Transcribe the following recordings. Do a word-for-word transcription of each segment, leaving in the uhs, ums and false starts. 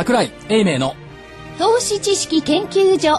櫻井英明の投資知識研究所。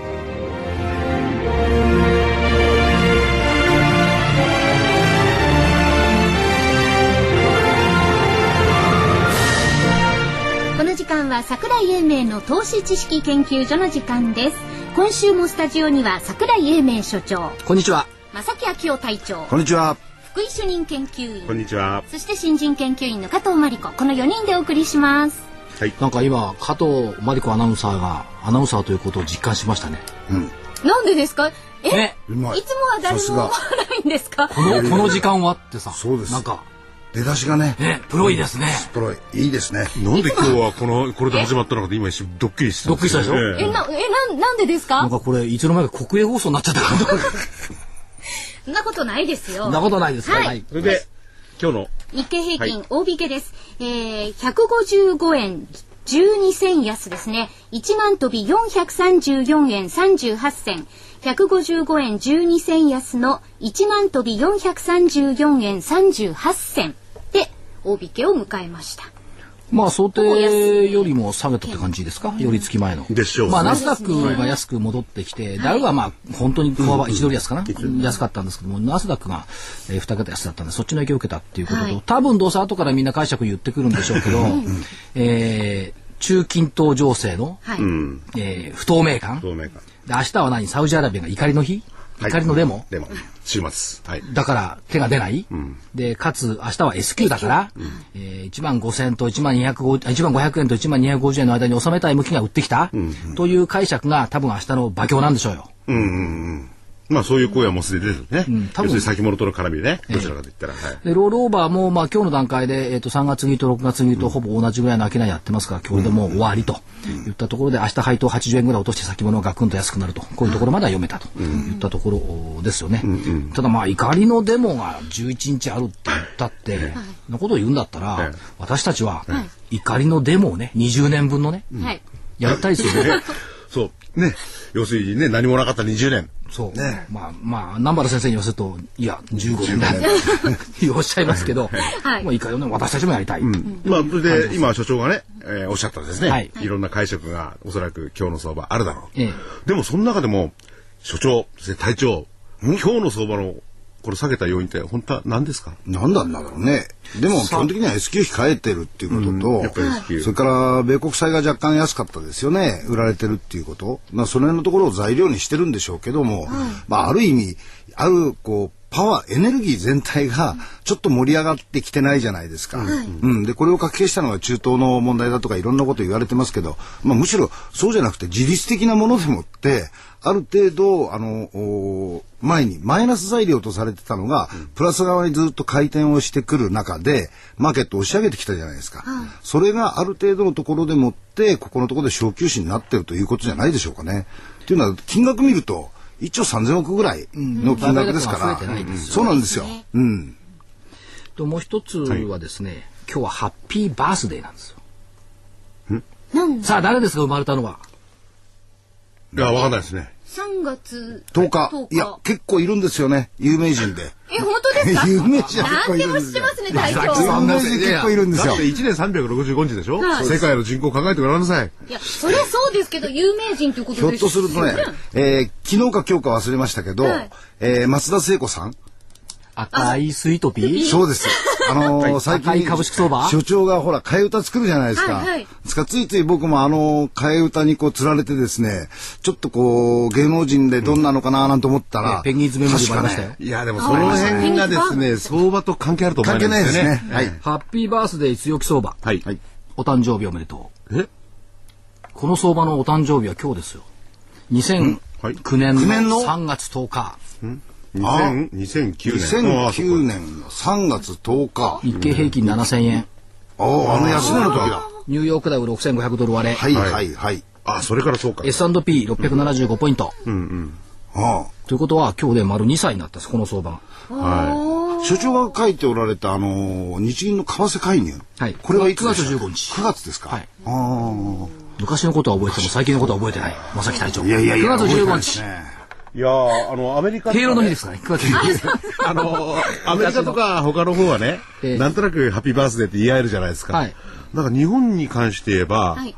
この時間は櫻井英明の投資知識研究所の時間です。今週もスタジオには櫻井英明所長、 こんにちは。 正木明夫隊長、 こんにちは。 福井主任研究員、 こんにちは。 そして新人研究員の加藤真理子、このよにんでお送りします。 はい。 なんか今加藤真理子アナウンサーがアナウンサーということを実感しましたね。 うん。 なんでですか？え、 ね、 うまい。 いつもは誰も思わないんですか？ このこの時間はってさ。 そうです。 なんか出だしがね。 ね、プロいですね。 プロいいいですね。 なんで今日はこのこれで始まったのかって今一瞬ドッキリしてたんですよ。 ドッキリしたでしょ？ え、な、え、な、なんでですか？ なんかこれいつの間にか国営放送になっちゃったかと思って。 そんなことないですよ。 そんなことないですか。 はいはい。 それで今日の日経平均はい大引けです。えー、ひゃくごじゅうごえんじゅうにせん安ですね。いちまん飛びよんひゃくさんじゅうよんえんさんじゅうはち銭。ひゃくごじゅうごえんじゅうにせん安のいちまん飛びよんひゃくさんじゅうよんえんさんじゅうはち銭で大引けを迎えました。 まあ想定よりも下げたって感じですか？寄り付き前の。 でしょうね。 まあナスダックが安く戻ってきて、ダウはまあ本当に小幅いちドル安かな、安かったんですけども、ナスダックがに桁安だったんでそっちの影響を受けたっていうことと、 はい、 多分どうせ後からみんな解釈言ってくるんでしょうけど、えー、中近東情勢の、 はい、 えー、不透明感。 透明感。 で明日は何？サウジアラビアが怒りの日？ はい、 怒りのデモ？ デモ。週末。はい。 だから手が出ない、うん、でかつ明日は エスキュー だから、うんえー、いちまんごせんといちまんにひゃくごじゅう いちまんごひゃくえんといちまんにひゃくごじゅうえんの間に収めたい向きが売ってきた、うんうん、という解釈が多分明日の馬況なんでしょうよ。 うんうんうん。まあそういう声はもうすでに出てるね。うん、多分要するに先物との絡みでね。どちらかと言ったら。 えーはい、 でロールオーバーもまあ今日の段階で、えー、とさんがつぎとろくがつぎとほぼ同じぐらいの商いやってますから、今日でもう終わりといったところで、明日配当はちじゅうえんぐらい落として先物がガクンと安くなると、こういうところまでは読めたといったところですよね。うんうん、ただまあ怒りのデモがじゅういちにちあるって言ったって、はい、のことを言うんだったら、はい、私たちは怒りのデモをねにじゅうねんぶんのね、はい、やりたいですよね。 そうね、要するにね、何もなかったにじゅうねん。 そうね、まあまあ南原先生に言わせるといやじゅうごねんだおっしゃいますけど、はい、もういいかよね、私たちもやりたい、うん、 まあそれで今所長がね、えー、おっしゃったんですね、はい、いろんな解釈がおそらく今日の相場あるだろう、ええ、でもその中でも所長、隊長、今日の相場のこれ下げた要因って本当は何ですか？ 何なんだろうね。でも基本的には エスキュー 控えてるっていうことと、うん、やっぱり エスキュー、それから米国債が若干安かったですよね、売られてるっていうこと、まあその辺のところを材料にしてるんでしょうけども、うん、まあある意味あるこうパワーエネルギー全体がちょっと盛り上がってきてないじゃないですか、うんうん、でこれを確定したのが中東の問題だとかいろんなこと言われてますけど、まあ、むしろそうじゃなくて自律的なものでもってある程度あの前にマイナス材料とされてたのが、うん、プラス側にずっと回転をしてくる中でマーケットを押し上げてきたじゃないですか、うん、それがある程度のところでもってここのところで小休止になってるということじゃないでしょうかね。っていうのは金額見るといっちょうさんぜんおくぐらいの金額ですから、うん、そうなんですよ、うん、 ともう一つはですね、はい、今日はハッピーバースデーなんですよ。 んさあ誰ですか、生まれたのは。 いや、わかんないですね。 さんがつとおか、いや結構いるんですよね、有名人で。 え、本当ですか？ 有名人は結構いるんですよ。 何でも知ってますね、隊長。 有名人結構いるんですよ。 だっていちねんさんびゃくろくじゅうごにちでしょ、はい、世界の人口を考えてごらんなさい。 いや、それはそうですけど有名人ということですよね。 ひょっとするとね、えー、昨日か今日か忘れましたけど、はい、えー、松田聖子さん、 赤いスイートピー、 そうです。あのー、最近株式相場所長がほら替え歌作るじゃないですか、はいはい、つかついつい僕もあの替え歌にこう釣られてですね、ちょっとこう芸能人でどんなのかななんて思ったら、 うん、ペンギンズメモリーもありましたよ、ね、 いやでもその辺がですね相場と関係あると思いますね。 関係ないですね、はい、 ハッピーバースデー強気相場、はい、お誕生日おめでとう。えこの相場のお誕生日は今日ですよ。にせんきゅうねんのさんがつとおか、 んにせんきゅうねんにせんきゅうねんのさんがつとおか、 日経平均ななせんえん、 ああ、あの安値の時だ。 ニューヨークダウろくせんごひゃくドル割れ、 はいはいはい、 あ、それからそうか。 エスアンドピーろっぴゃくななじゅうご ポイント、うんうん、ああということは今日で丸にさいになったんです、この相場。 はい、所長が書いておられたあのー、日銀の為替介入、はい、これはいつでした？くがつじゅうごにち。くがつですか、はい、ああ、 昔のことは覚えても最近のことは覚えてない正木隊長。 いやいやいや、 くがつじゅうごにち、 いやー、あのアメリカ敬老の日ですかね、くがつじゅうごにちあのアメリカとか他の方はね、えー、なんとなくハッピーバースデーって言い合えるじゃないですか、はい、なんか日本に関して言えば、はい、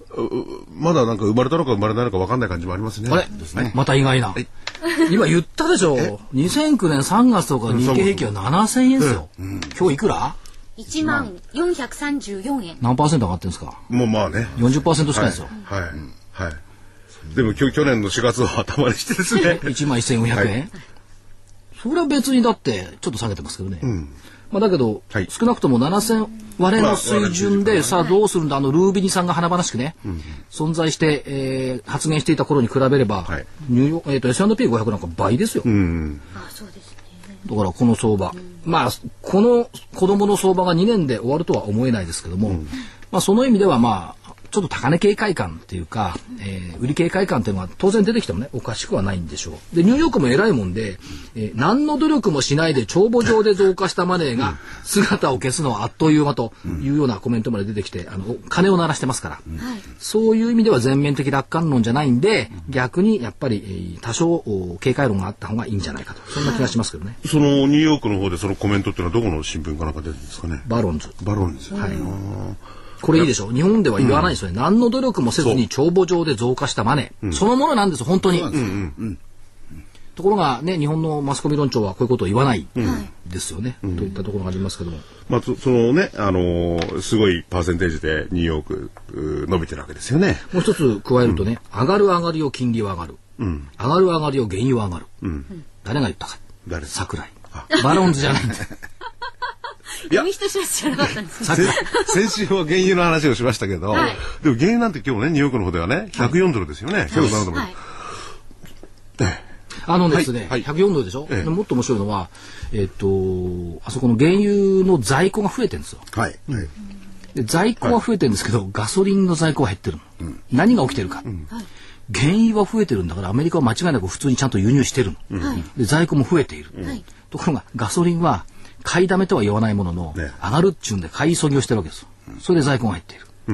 まだなんか生まれたのか生まれないのか分かんない感じもありますね。 あれ、ね、また意外な。今言ったでしょ。にせんきゅうねんさんがつとか日経平均はななせんえんですよ。うん、今日いくら？ いちまんよんひゃくさんじゅうよんえん。 何パーセント上がってるんですか？ もうまあね。 よんじゅっパーセント 近いですよ。 はい。はい。はい、でも去年のしがつは頭にしてですね。 いちまんせんよんひゃくえん、はい、それは別にだってちょっと下げてますけどね。うん、まあだけど、はい、少なくともななせん割れの水準で、まあ、さあどうするんだ、あのルービニさんが華々しくね、うん、存在して、えー、発言していた頃に比べれば、はい、ニューヨーク、えーと、エスアンドピーごひゃく なんか倍ですよ。うん、ああそうですね。だからこの相場、うん、まあこの子供の相場がにねんで終わるとは思えないですけども、うん、まあその意味ではまあちょっと高値警戒感っていうか、えー、売り警戒感っていうのは当然出てきてもねおかしくはないんでしょう。でニューヨークも偉いもんで、えー、何の努力もしないで帳簿上で増加したマネーが姿を消すのはあっという間というようなコメントまで出てきて、あの金を鳴らしてますから、うん、そういう意味では全面的楽観論じゃないんで、逆にやっぱり、えー、多少警戒論があった方がいいんじゃないかと、そんな気がしますけどね。 そのニューヨークの方でそのコメントっていうのはどこの新聞かなんか出てるんですかね。 バロンズ。 バロンズ。はい。 これいいでしょ。日本では言わないですよね、うん、何の努力もせずに帳簿上で増加したマネー、うん、そのものなんです本当に、うんうんうん、ところがね日本のマスコミ論調はこういうことを言わないですよね、うん、といったところがありますけども、 まあ、そのね、あのー、すごいパーセンテージでニューヨーク伸びてるわけですよね。 もう一つ加えるとね、うん、上がる上がりを金利は上がる、うん、上がる上がりを原油は上がる、うん、誰が言ったか。 誰？ 桜井。バロンズじゃないんだよ。 読み人知らずじゃなかったんですか。 先週は原油の話をしましたけど、はい、でも原油なんて今日ねニューヨークの方ではねひゃくよんドルですよね。はい、ひゃくななドル、はい、 あのですね、はい、ひゃくよんドルでしょ、ええ、もっと面白いのは、えー、っとあそこの原油の在庫が増えてるんですよ。 はいはい、 で在庫は増えてるんですけど、はい、ガソリンの在庫は減ってるの、うん、何が起きてるか、うん、原油は増えてるんだからアメリカは間違いなく普通にちゃんと輸入してるの、うん、で在庫も増えている、うん、ところがガソリンは買いだめとは言わないものの、ね、上がるっちゅうんで買い急ぎをしてるわけですよ。それで在庫が減っている。と、うん、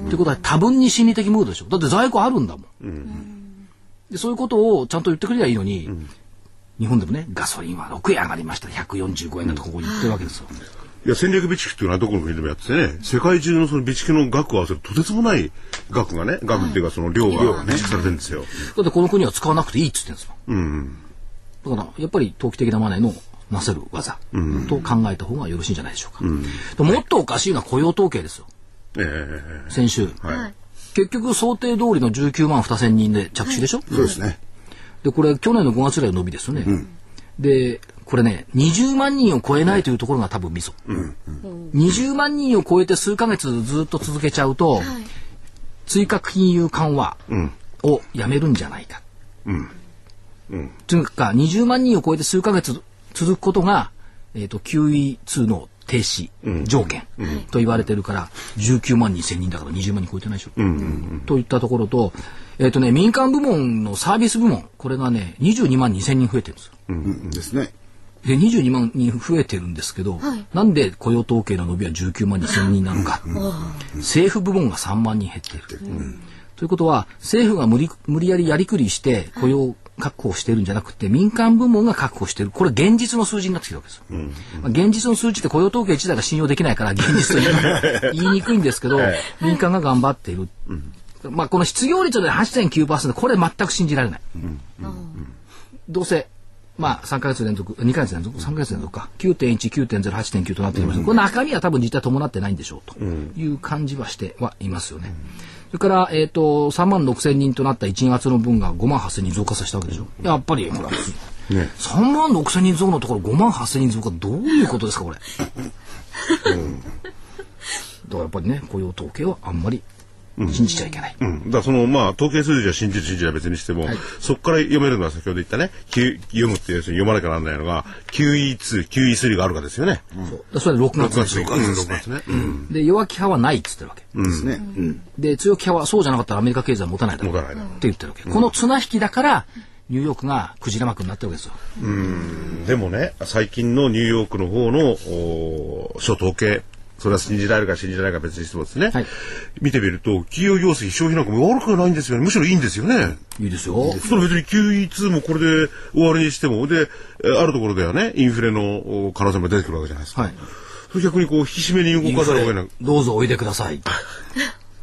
いうことは多分に心理的ムードでしょ。だって在庫あるんだもん。うん、でそういうことをちゃんと言ってくれりゃいいのに、うん、日本でもねガソリンはろくえん上がりましたひゃくよんじゅうごえんだとここに言ってるわけですよ。 いや戦略備蓄っていうのはどこの国でもやっててね、世界中のその備蓄の額を合わせるとてつもない額がね、額っていうかその量が備蓄されてるんですよ。 だってこの国は使わなくていいっつってんですもん。うん、だからやっぱり投機的なマネーのなせる技と考えた方がよろしいんじゃないでしょうか。うん、もっとおかしいのは雇用統計ですよ。えー、先週、はい、結局想定通りのじゅうきゅうまんにせんにんで着手でしょ。 そうですね。 でこれ去年のごがつぐらいの伸びですよね。うん、でこれねにじゅうまんにんを超えないというところが多分ミソ。うんうん、にじゅうまんにんを超えて数ヶ月ずっと続けちゃうと、はい、追加金融緩和をやめるんじゃないか。うんうん、というかにじゅうまんにんを超えて数ヶ月続くことが、えーと、キューイーツー の停止条件と言われてるから、うん、じゅうきゅうまんにせんにんだからにじゅうまんにん超えてないでしょ、うんうんうん、といったところと、えーとね、民間部門のサービス部門これがねにじゅうにまんにせんにん増えてるんですよ、うんうん、ですね。でにじゅうにまんにん増えてるんですけど、はい、なんで雇用統計の伸びはじゅうきゅうまんにせんにんなのか、うんうん、政府部門がさんまんにん減っている、うん、ということは政府が無理、無理やりやりくりして雇用確保してるんじゃなくて民間部門が確保してる。これ現実の数字になってきてるわけですよ、うんうん、まあ、現実の数字って雇用統計自体が信用できないから現実と言い, 言いにくいんですけど、民間が頑張っている、うん、まあ、この失業率で はちてんきゅうパーセント これ全く信じられない、うんうん、どうせまあさんかげつ連続にかげつ連続さんかげつ連続か きゅうてんいち、きゅうてんゼロ、はちてんきゅう となっています、うん、これ中身は多分実態伴ってないんでしょうという感じはしてはいますよね、うん、それから、えー、とさんまんろくせんにんとなったいちがつの分がごまんはっせんにん増加させたわけでしょ。やっぱりほら、ね、さんまんろくせんにん増のところごまんはっせんにん増加どういうことですかこれ、うん、だからやっぱりね雇用統計はあんまり信じちゃいけない、うんうん、だからそのまあ統計数字は信じる信じない別にしても、はい、そこから読めるのは先ほど言ったね読むっていうやつに読まなきゃならないのが キューイーツー、キューイースリー があるかですよね、 うん、そうそれでろくがつですろくがつね、うん、 で弱気派はないっつってるわけ、うん、ですね、うん、で強気派はそうじゃなかったらアメリカ経済は持たないだろうって言ってるわけ、うん、この綱引きだからニューヨークがクジラ幕になってるわけですよ。 うんでもね最近のニューヨークの方の諸統計それは信じられるか信じられないか別にしてもですね、はい、見てみると企業業績消費なんかも悪くはないんですよね。むしろいいんですよね。 いいですよ。 それ別に キューイーツー もこれで終わりにしてもであるところではねインフレの可能性も出てくるわけじゃないですか、はい、それ逆にこう引き締めに動かざるを得ない。 どうぞおいでください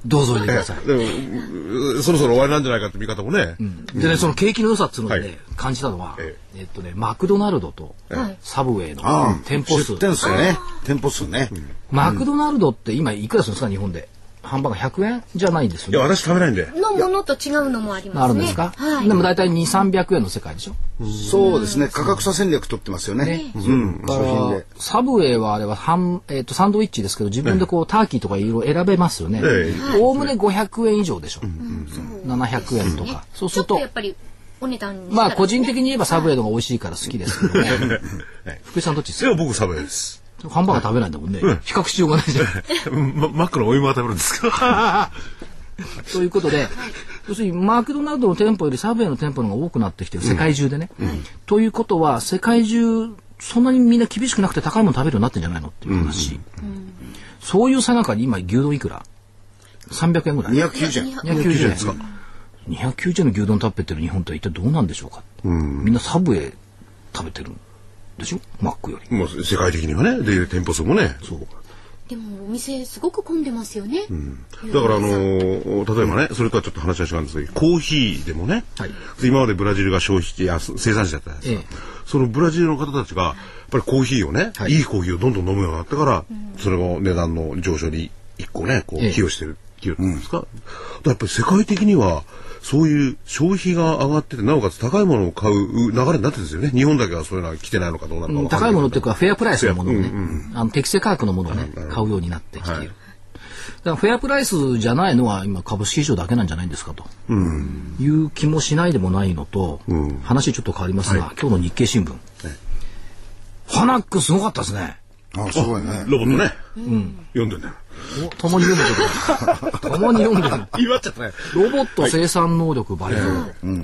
どうぞ入れてください。 でもそろそろ終わりなんじゃないかって見方もね。 うん、でね、その景気の良さっていうので、ね、はい、感じたのは、えええっとね、マクドナルドとサブウェイの店舗数。 出店数ね。店舗数ね。 マクドナルドって今いくらするんですか、日本で。ハンバーガーひゃくえんじゃないんですよね。 いや、私食べないんで。 のものと違うのもありますね。 あるんですか。はい、でも大体にせんさんびゃくえんの世界でしょ。 そうですね。価格差戦略取ってますよね。ね、 うん。だからサブウェイはあれはハン、えっとサンドイッチですけど、自分でこうターキーとかいろいろ選べますよね。おおむねごひゃくえん以上でしょ。ななひゃくえんとか。そうするとやっぱりお値段まあ個人的に言えばサブウェイの方が美味しいから好きですけどね。福井さんどっちですか。 いや僕サブウェイです。 ハンバーガー食べないんだもんね。うん、比較しようがないじゃん。 ま、マックのお芋は食べるんですけど。 ということで、要するにマクドナルドの店舗よりサブウェイの店舗の方が多くなってきてる、世界中でね。うんうん、ということは世界中そんなにみんな厳しくなくて高いもの食べるようになってんじゃないのっていう話。うんうん、そういうさなかに今牛丼いくらさんびゃくえんぐらい。 にひゃくきゅうじゅうえん。 にひゃくきゅうじゅうえんですか。にひゃくきゅうじゅうえんの牛丼食べてる日本とは一体どうなんでしょうか。うん、みんなサブウェイ食べてるでしょ、マックより。 もう世界的にはね、で店舗数もね。 そう。 でもお店すごく混んでますよね。うん、 だからあのー、例えばね、それとはちょっと話は違うんですけど、コーヒーでもね、はい、今までブラジルが消費や生産者だったんですが、ええ、そのブラジルの方たちがやっぱりコーヒーをね、はい、いいコーヒーをどんどん飲むようになってから、うん、それが値段の上昇に一個ね、こう寄与してる、寄与なんですか。うん、やっぱり世界的にはそういう消費が上がっててなおかつ高いものを買う流れになってるんですよね。日本だけはそういうのは来てないのかどうなのか分かんないけど、 高いものっていうかフェアプライスのものをね、うんうん、あの適正価格のものをね、うん、買うようになってきている。はい、だからフェアプライスじゃないのは今株式市場だけなんじゃないんですかと、うん、いう気もしないでもないのと、うん、話ちょっと変わりますが、はい、今日の日経新聞、はい、ファナックすごかったですね。 あ、すごいね。 ロボットね。うん。読んでんだよ。 共に読んでる。共に読んでる。 言わっちゃったね。 ロボット生産能力倍増。はいうん、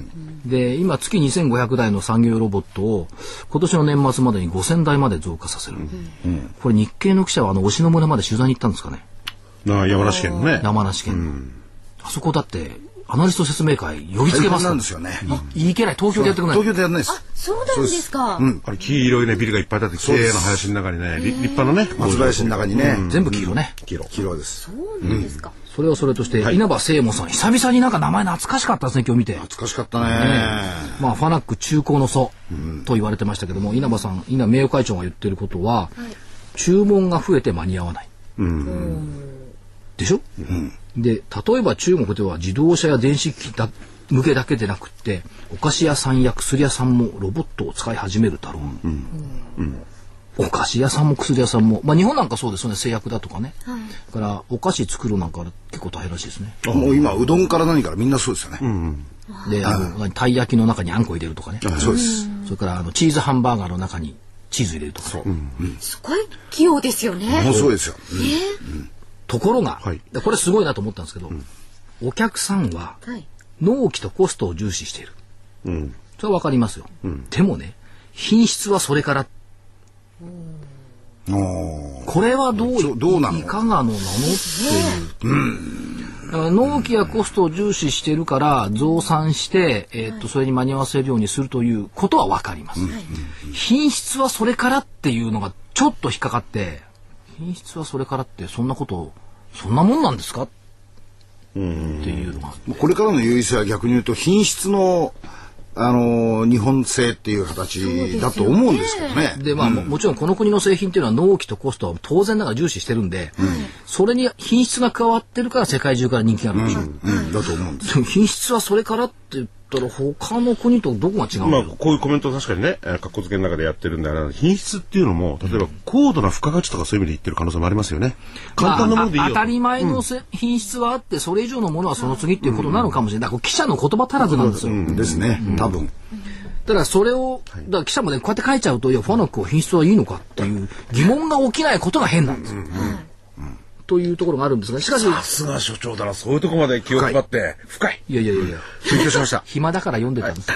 で、今月にせんごひゃくだいの産業ロボットを今年の年末までにごせんだいまで増加させる。うん、これ日経の記者はあの忍野村まで取材に行ったんですかね。 ああ、山梨県のね。 山梨県の。うん、あそこだって、アナリスト説明会呼びつけますなんですよね。 いけない。東京でやってくれない。 東京でやらないです。 あ、そうなんですか。 うん。あれ黄色いねビルがいっぱい建って綺麗な林の中にね、立派なね松林の中にね、 全部黄色ね。 黄色。黄色です。 そうなんですか。 それはそれとして稲葉聖母さん久々になんか名前懐かしかったですね今日見て。 懐かしかったね。 まあファナック中高の祖と言われてましたけども、稲葉さん、稲名誉会長が言ってることは注文が増えて間に合わない。でしょ。うん。で例えば中国では自動車や電子機器だ向けだけでなくってお菓子屋さんや薬屋さんもロボットを使い始めるだろう、うんうん、お菓子屋さんも薬屋さんも、まあ、日本なんかそうですよね、製薬だとかね、はい、だからお菓子作るなんか結構大変らしいですね。 もう今うどんから何からみんなそうですよね、うんうん、であのたい焼きの中にあんこ入れるとかね、 そうです。 それからあのチーズハンバーガーの中にチーズ入れるとか、 うんうん、すごい器用ですよね。 もうそうですよ、 うんえーところが、はい、これすごいなと思ったんですけど、うん、お客さんは納期とコストを重視している、うん、それは分かりますよ、うん、でもね品質はそれから、うん、これはどう、どうなのいかがのなのっていう、うん、だから納期やコストを重視しているから増産して、えーっとそれに間に合わせるようにするということは分かります、うん、品質はそれからっていうのがちょっと引っかかって、品質はそれからってそんなことそんなもんなんですかっていうのが、 これからの優位性は逆に言うと品質のあのー、日本製っていう形だと思うんですけどね。 でまあ、うん、も, もちろんこの国の製品っていうのは納期とコストは当然ながら重視してるんで、うん、それに品質が加わってるから世界中から人気があるんでしょ、うんうん、だと思うんですよ。 品質はそれからって言ったら他の国とどこが違うの？ まあこういうコメント確かにね、格好付けの中でやってるんだから品質っていうのも例えば高度な付加価値とかそういう意味で言ってる可能性もありますよね。簡単なものでいいよ、 まあ、当たり前のせ、うん、品質はあってそれ以上のものはその次っていうことなのかもしれない。だから記者の言葉足らずなんですよ。 うんうん、ですね、うん、多分。 だからそれをだから記者もねこうやって書いちゃうといやファナックは品質はいいのかっていう疑問が起きないことが変なんですよ、うんうんうん、というところがあるんですが、しかしさすが所長だな、そういうところまで気を配って深い。 いやいやいやいや勉強しました暇だから読んでたんです、はい、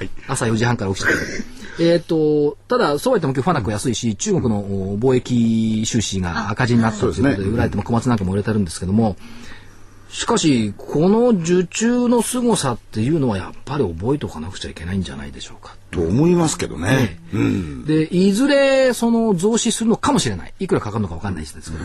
朝よじはんから起きてえっとただそうは言っても今日ファナック安いし、中国の貿易収支が赤字になったということで売られても小松なんかも売れてるんですけども、しかしこの受注の凄さっていうのはやっぱり覚えておかなくちゃいけないんじゃないでしょうかと思いますけどね、ね、 うん、でいずれその増資するのかもしれない、いくらかかるのか分かんないですけど、はい、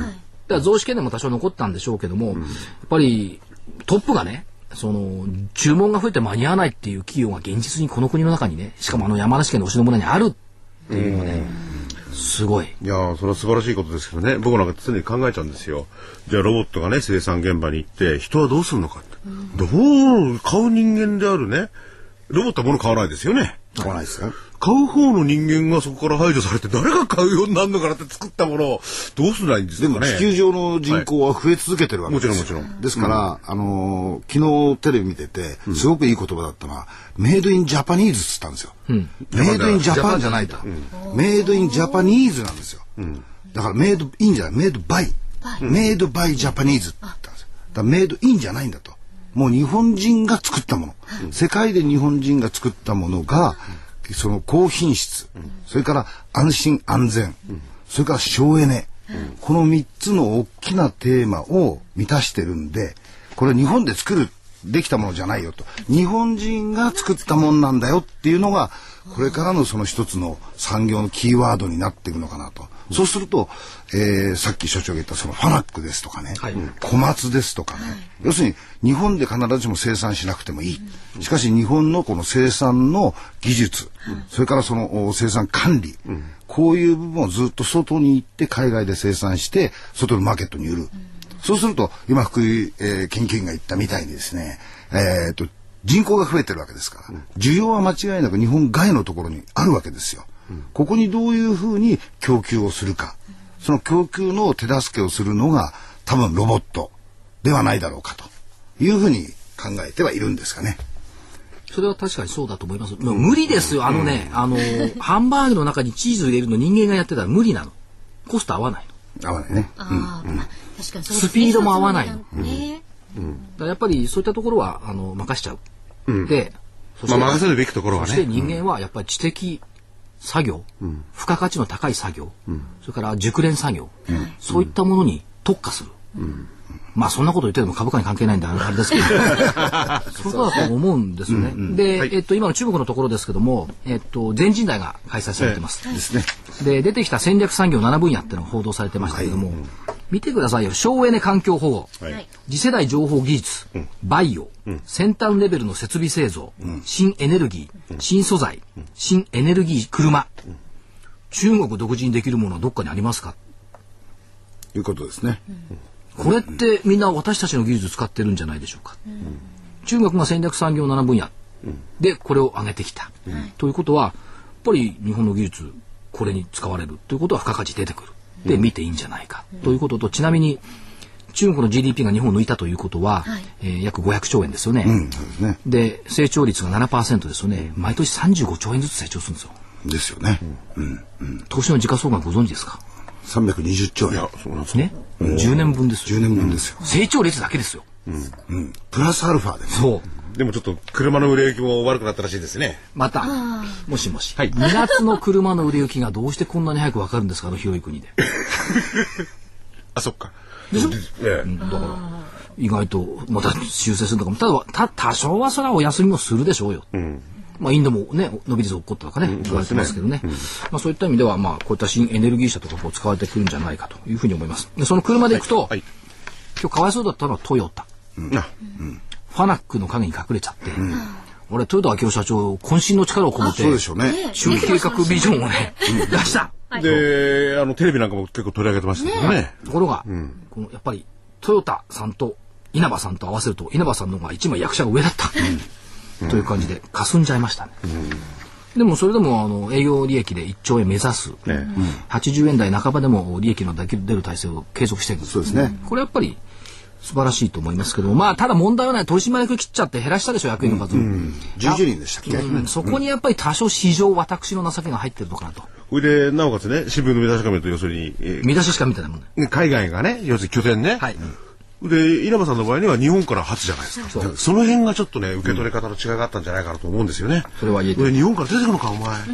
だから増資懸念も多少残ったんでしょうけども、うん、やっぱりトップがね、その注文が増えて間に合わないっていう企業が現実にこの国の中にね、しかもあの山梨県の忍野村にあるっていうのはね、すごい。 いやー、それは素晴らしいことですけどね、僕なんか常に考えちゃうんですよ。じゃあロボットがね、生産現場に行って人はどうするのかって、うん、どう買う人間であるね、ロボットは物買わないですよね。 買わないですか。 買う方の人間がそこから排除されて誰が買うようになるのかなって作ったものをどうするんですかね。 でも地球上の人口は増え続けてるわけですよ、 はい、もちろんもちろん。 ですから、うん、あのー、昨日テレビ見ててすごくいい言葉だったのは、うん、メイドインジャパニーズって言ったんですよ、うん、メイドインジャパンじゃないと、うん、メイドインジャパニーズなんですよ、うん、だからメイドインじゃない、メイドバイ、うん、メイドバイジャパニーズって言ったんですよ。だからメイドインじゃないんだと、もう日本人が作ったもの、うん、世界で日本人が作ったものが、うん、その高品質、うん、それから安心安全、うん、それから省エネ、うん、このみっつの大きなテーマを満たしてるんで、これ日本で作るできたものじゃないよと、日本人が作ったもんなんだよっていうのがこれからのその一つの産業のキーワードになっていくのかなと。うん、そうすると、えー、さっき所長が言ったそのファナックですとかね、はい、小松ですとかね、はい、要するに日本で必ずしも生産しなくてもいい、うん、しかし日本のこの生産の技術、うん、それからその生産管理、うん、こういう部分をずっと外に行って海外で生産して外のマーケットに売る、うん、そうすると今福井、えー、研究員が言ったみたいにですね、えー、と人口が増えてるわけですから、うん、需要は間違いなく日本外のところにあるわけですよ。うん、ここにどういうふうに供給をするか、うん、その供給の手助けをするのが多分ロボットではないだろうかというふうに考えてはいるんですかね。 それは確かにそうだと思います。もう無理ですよ。あのね、うん、あのハンバーグの中にチーズ入れるの人間がやってたら無理なの。コスト合わないの。合わないね。 あ、うん、まあ、確かにそうですね。 スピードも合わないの。 ね、 うんうん、だからやっぱりそういったところはあの任しちゃう。うん、で、 そして、まあ、任せるべきところはね。 そして人間はやっぱり知的作業、うん、付加価値の高い作業、うん、それから熟練作業、うん、そういったものに特化する。うん、まあそんなこと言っても株価に関係ないんであれですけど、そうだと思うんですよね。うんうん、で、はい、えっと今の中国のところですけども、えっと全人代が開催されてます。 えー、ですね。 で出てきた戦略産業ななぶんやってのが報道されてましたけども、はい、見てくださいよ。省エネ環境保護、はい、次世代情報技術、うん、バイオ、うん、先端レベルの設備製造、うん、新エネルギー、うん、新素材、うん、新エネルギー車、うん、中国独自にできるものはどっかにありますかということですね。 うん、これってみんな私たちの技術使ってるんじゃないでしょうか。うん、中国が戦略産業ななぶんやでこれを上げてきた、うん、ということはやっぱり日本の技術これに使われるということは付加価値出てくるで見ていいんじゃないか、うん、ということと、ちなみに中国の ジーディーピー が日本を抜いたということは、はい、えー、約ごひゃくちょうえんですよね。うん、そうですね。で成長率が ななパーセント ですよね。毎年さんじゅうごちょうえんずつ成長するんですよ。 ですよね。うんうん、 投資の時価総額ご存知ですか。 さんびゃくにじゅっちょうえん。いや、 そうなんですね。じゅうねんぶんですよ。 じゅうねんぶんですよ。 成長率だけですよ。 うんうん、プラスアルファでね。 そう。 でもちょっと車の売れ行きも悪くなったらしいですね。 またもしもし、はい、にがつの車の売れ行きがどうしてこんなに早く分かるんですか、あの広い国で。 あ、そっか。 でしょ、ええ、うん、だから意外とまた修正するのかも。ただた多少はそれはお休みもするでしょうよ。うん、まあインドもね伸び率起こったとかね、うん、言われてますけどね。うん、まあそういった意味ではまあこういった新エネルギー車とかこう使われてくるんじゃないかというふうに思います。でその車で行くと、はいはい、今日かわいそうだったのはトヨタ。うん、うんファナックの影に隠れちゃって、うん、俺豊田章男社長渾身の力を込めて、 そうでしょうね、 中期計画ビジョンをね、うん、出した。 で、あのテレビなんかも結構取り上げてましたけどね。ねところが、うん、このやっぱりトヨタさんと稲葉さんと合わせると稲葉さんの方が一枚役者が上だった、うん、という感じで霞んじゃいましたね。うん、でもそれでもあの営業利益でいっちょうえん目指す、ね、うん、はちじゅうえん台半ばでも利益の出る体制を継続していく。 そうですね。 これやっぱり素晴らしいと思いますけど、まあただ問題はない、取締役切っちゃって減らしたでしょ、役員の数、うんうん、 じゅういちにんでしたっけ、 うん、そこにやっぱり多少市場私の情けが入ってるのかなと。 それでなおかつね、新聞の見出しから見ると要するに、 えー、見出ししか見てないもんね、 海外がね、要するに拠点ね、はい、で稲葉さんの場合には日本から初じゃないですか。 そ, その辺がちょっとね受け取り方の違いがあったんじゃないかなと思うんですよね。 それは言えてる。 日本から出てくるのかお前、うん、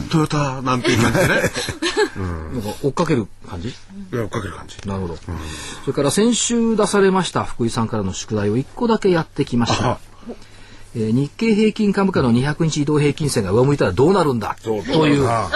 トヨタなんていう感じでね、 うん、なんか追っかける感じ。 いや追っかける感じ。 なるほど、うん、それから先週出されました福井さんからの宿題をいっこだけやってきました。えー、日経平均株価のにひゃくにち移動平均線が上向いたらどうなるんだという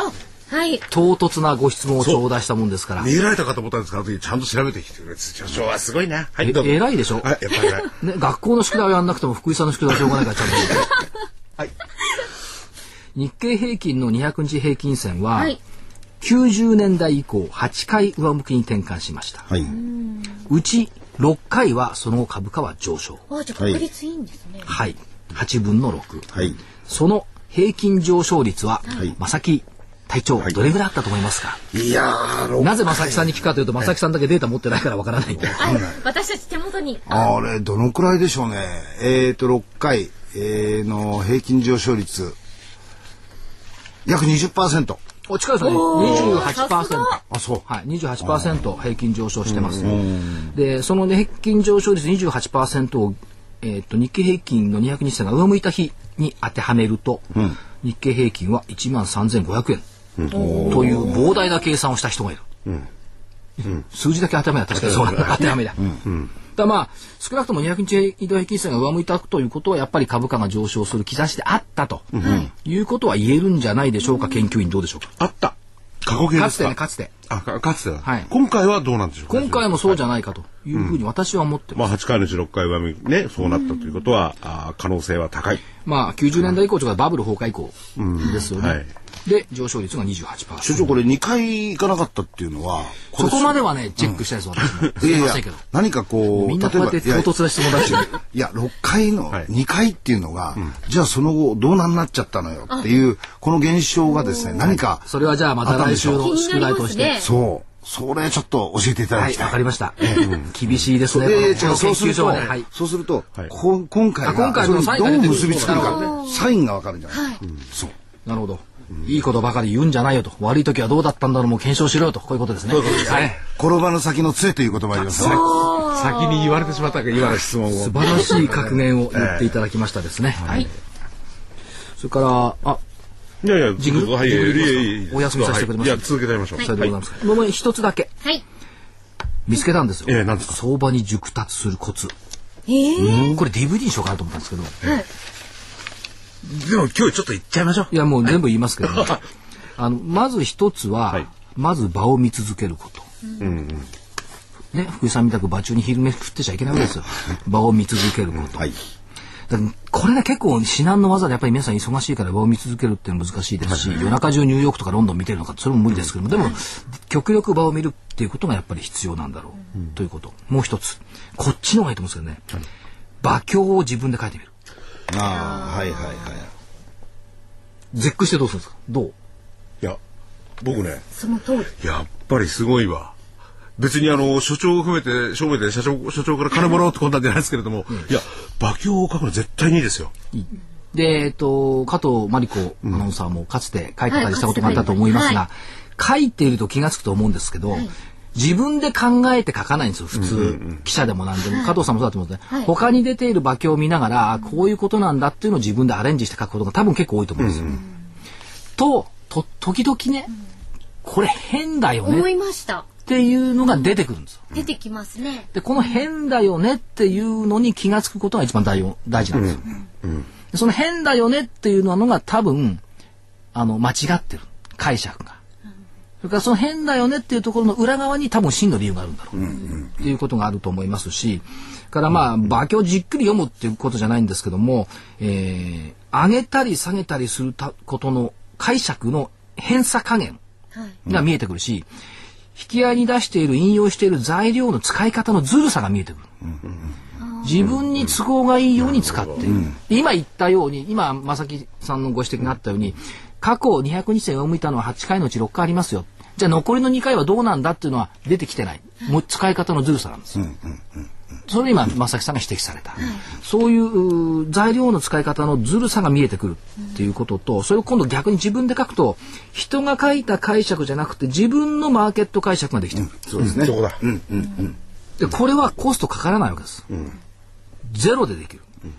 はい、 唐突なご質問を頂戴したもんですから。 見られたかと思ったんですから、ちゃんと調べてきてくれて、所長はすごいな。 はい、え偉いでしょ。 はい、やっぱり偉い。 ね、学校の宿題をやんなくても福井さんの宿題はしょうがないからちゃんと。はい。日経平均のにひゃくにち平均線は、はい、きゅうじゅうねんだい以降はちかい上向きに転換しました。はい、うちろっかいはその後株価は上昇。 あ、じゃあ確率いいんですね。 はい。はちぶんのろく。 はい。 その平均上昇率は、はい、正木隊長、はい、どれぐらいあったと思いますか。 いやー、 なぜ正木さんに聞くかというと、正木さんだけデータ持ってないからわからないんで。 私たち手元に。 あれ、どのくらいでしょうね。えっと、ろっかい、えー、の平均上昇率、約 にじゅっパーセント。 お近いですね。にじゅうはちパーセント。 あ、そう。 はい。にじゅうはちパーセント 平均上昇してます。で、その、ね、平均上昇率 にじゅうはちパーセント を、えっと、日経平均のにひゃくにち線が上向いた日に当てはめると、うん、日経平均はいちまんさんぜんごひゃくえん、うん、という膨大な計算をした人がいる。うんうん、数字だけ当てはめは確かにそうなんだ。当てはめだ。うんうん、だまあ、少なくともにひゃくにち移動平均線が上向いたということは、やっぱり株価が上昇する兆しであったと、うん、いうことは言えるんじゃないでしょうか。研究員どうでしょうか。 あった。過去形ですか。 かつてね、かつて。 あ、かつては。 はい。 今回はどうなんでしょうか。 今回もそうじゃないかというふうに私は思ってます。 まあ、はちかいのうちろっかいはね、そうなったということは、あ可能性は高い。 まあ、きゅうじゅうねんだい以降とかバブル崩壊以降ですよね。うんはい、で、上昇率が にじゅうはちパーセント。 所長、これにかい行かなかったっていうのは、 そこまではね、チェックしたいです、うん、私も。すいませんけど。 何かこう、 みんなこうやって唐突な質問出してる。 いや、ろっかいのにかいっていうのが、はい、じゃあその後どうなんなっちゃったのよっていう、この現象がですね、何か。 それはじゃあまた来週の宿題として。 そう。それちょっと教えていただきたい。 わ、はい、かりました。えーうん、厳しいですね。 えー、そうすると、はい、そうすると、はい、こ今回が今回のサインがどう結びつくるか、サインがわかるんじゃない、はいうん、そう。 なるほど。いいことばかり言うんじゃないよと。悪い時はどうだったんだろうもう検証しろよと。こういうことですね。 そういうことですね。はい、転ばぬ先の杖という言葉ありますね。 先に言われてしまったから今の質問を。 素晴らしい格言を言っていただきましたですね。はい。それから、あ、 いやいや、 ジグル、 はい、 お休みさせてくれます。 いや、続けてみましょう。 さようでございます。もう一つだけ。はい。見つけたんですよ。 ええ、なんですか。 相場に熟達するコツ。 ええ。 これ ディーブイディー にしようかなと思ったんですけど。はい。 でも今日ちょっと言っちゃいましょう。 いや、もう全部言いますけど、ね、あのまず一つは、はい、まず場を見続けること。うんうん、ね、福井さんみたく場中に昼寝振ってちゃいけないわけですよ。場を見続けること。はい。だこれね結構至難の技でやっぱり皆さん忙しいから場を見続けるっていうのは難しいですし、はい、夜中中ニューヨークとかロンドン見てるのかそれも無理ですけども、でも極力場を見るっていうことがやっぱり必要なんだろう、うん、ということ。もう一つこっちの方がいいと思うんですけどね、はい、馬鏡を自分で書いてみる。 ああはいはいはい。 絶句してどうするんですか。どう。 いや僕ねその通りやっぱりすごいわ。別にあの所長を含めて正面で社長所長から金もらおうとこんなんじゃないですけれども、うん、いや馬鏡を書くの絶対にいいですよ。 いいで、えっと加藤真理子アナウンサーもかつて書いてたりしたことがあったと思いますが、はい、書いていると気がつくと思うんですけど、はい、自分で考えて書かないんですよ普通、うんうんうん、記者でも何でも、はい、加藤さんもそうだと思うんですね、はい、他に出ている馬鏡を見ながらこういうことなんだっていうのを自分でアレンジして書くことが多分結構多いと思うんですよ、うんうん、とと時々ね、うん、これ変だよね思いましたっていうのが出てくるんですよ。 出てきますね。 でこの変だよねっていうのに気がつくことが一番大大事なんですよ、うんうん、でその変だよねっていうのが多分あの間違ってる解釈が、うん、それからその変だよねっていうところの裏側に多分真の理由があるんだろう、うんうん、っていうことがあると思いますし、からまあ馬鏡をじっくり読むっていうことじゃないんですけども、えー、上げたり下げたりすることの解釈の偏差加減が見えてくるし、引き合いに出している引用している材料の使い方のずるさが見えてくる、うん、自分に都合がいいように使っている、うん、今言ったように今正木さんのご指摘があったように過去にひゃくにち線を向いたのははちかいのうちろっかいありますよ。じゃあ残りのにかいはどうなんだっていうのは出てきてない。もう使い方のずるさなんですよ、うんうんうん、それ今正木さんが指摘された、うん、そういう材料の使い方のずるさが見えてくるっていうことと、それを今度逆に自分で書くと人が書いた解釈じゃなくて自分のマーケット解釈ができてる、うん、 そうですね、 そうだ、 うんうんうん、 でこれはコストかからないわけです、うん、ゼロでできる、うん、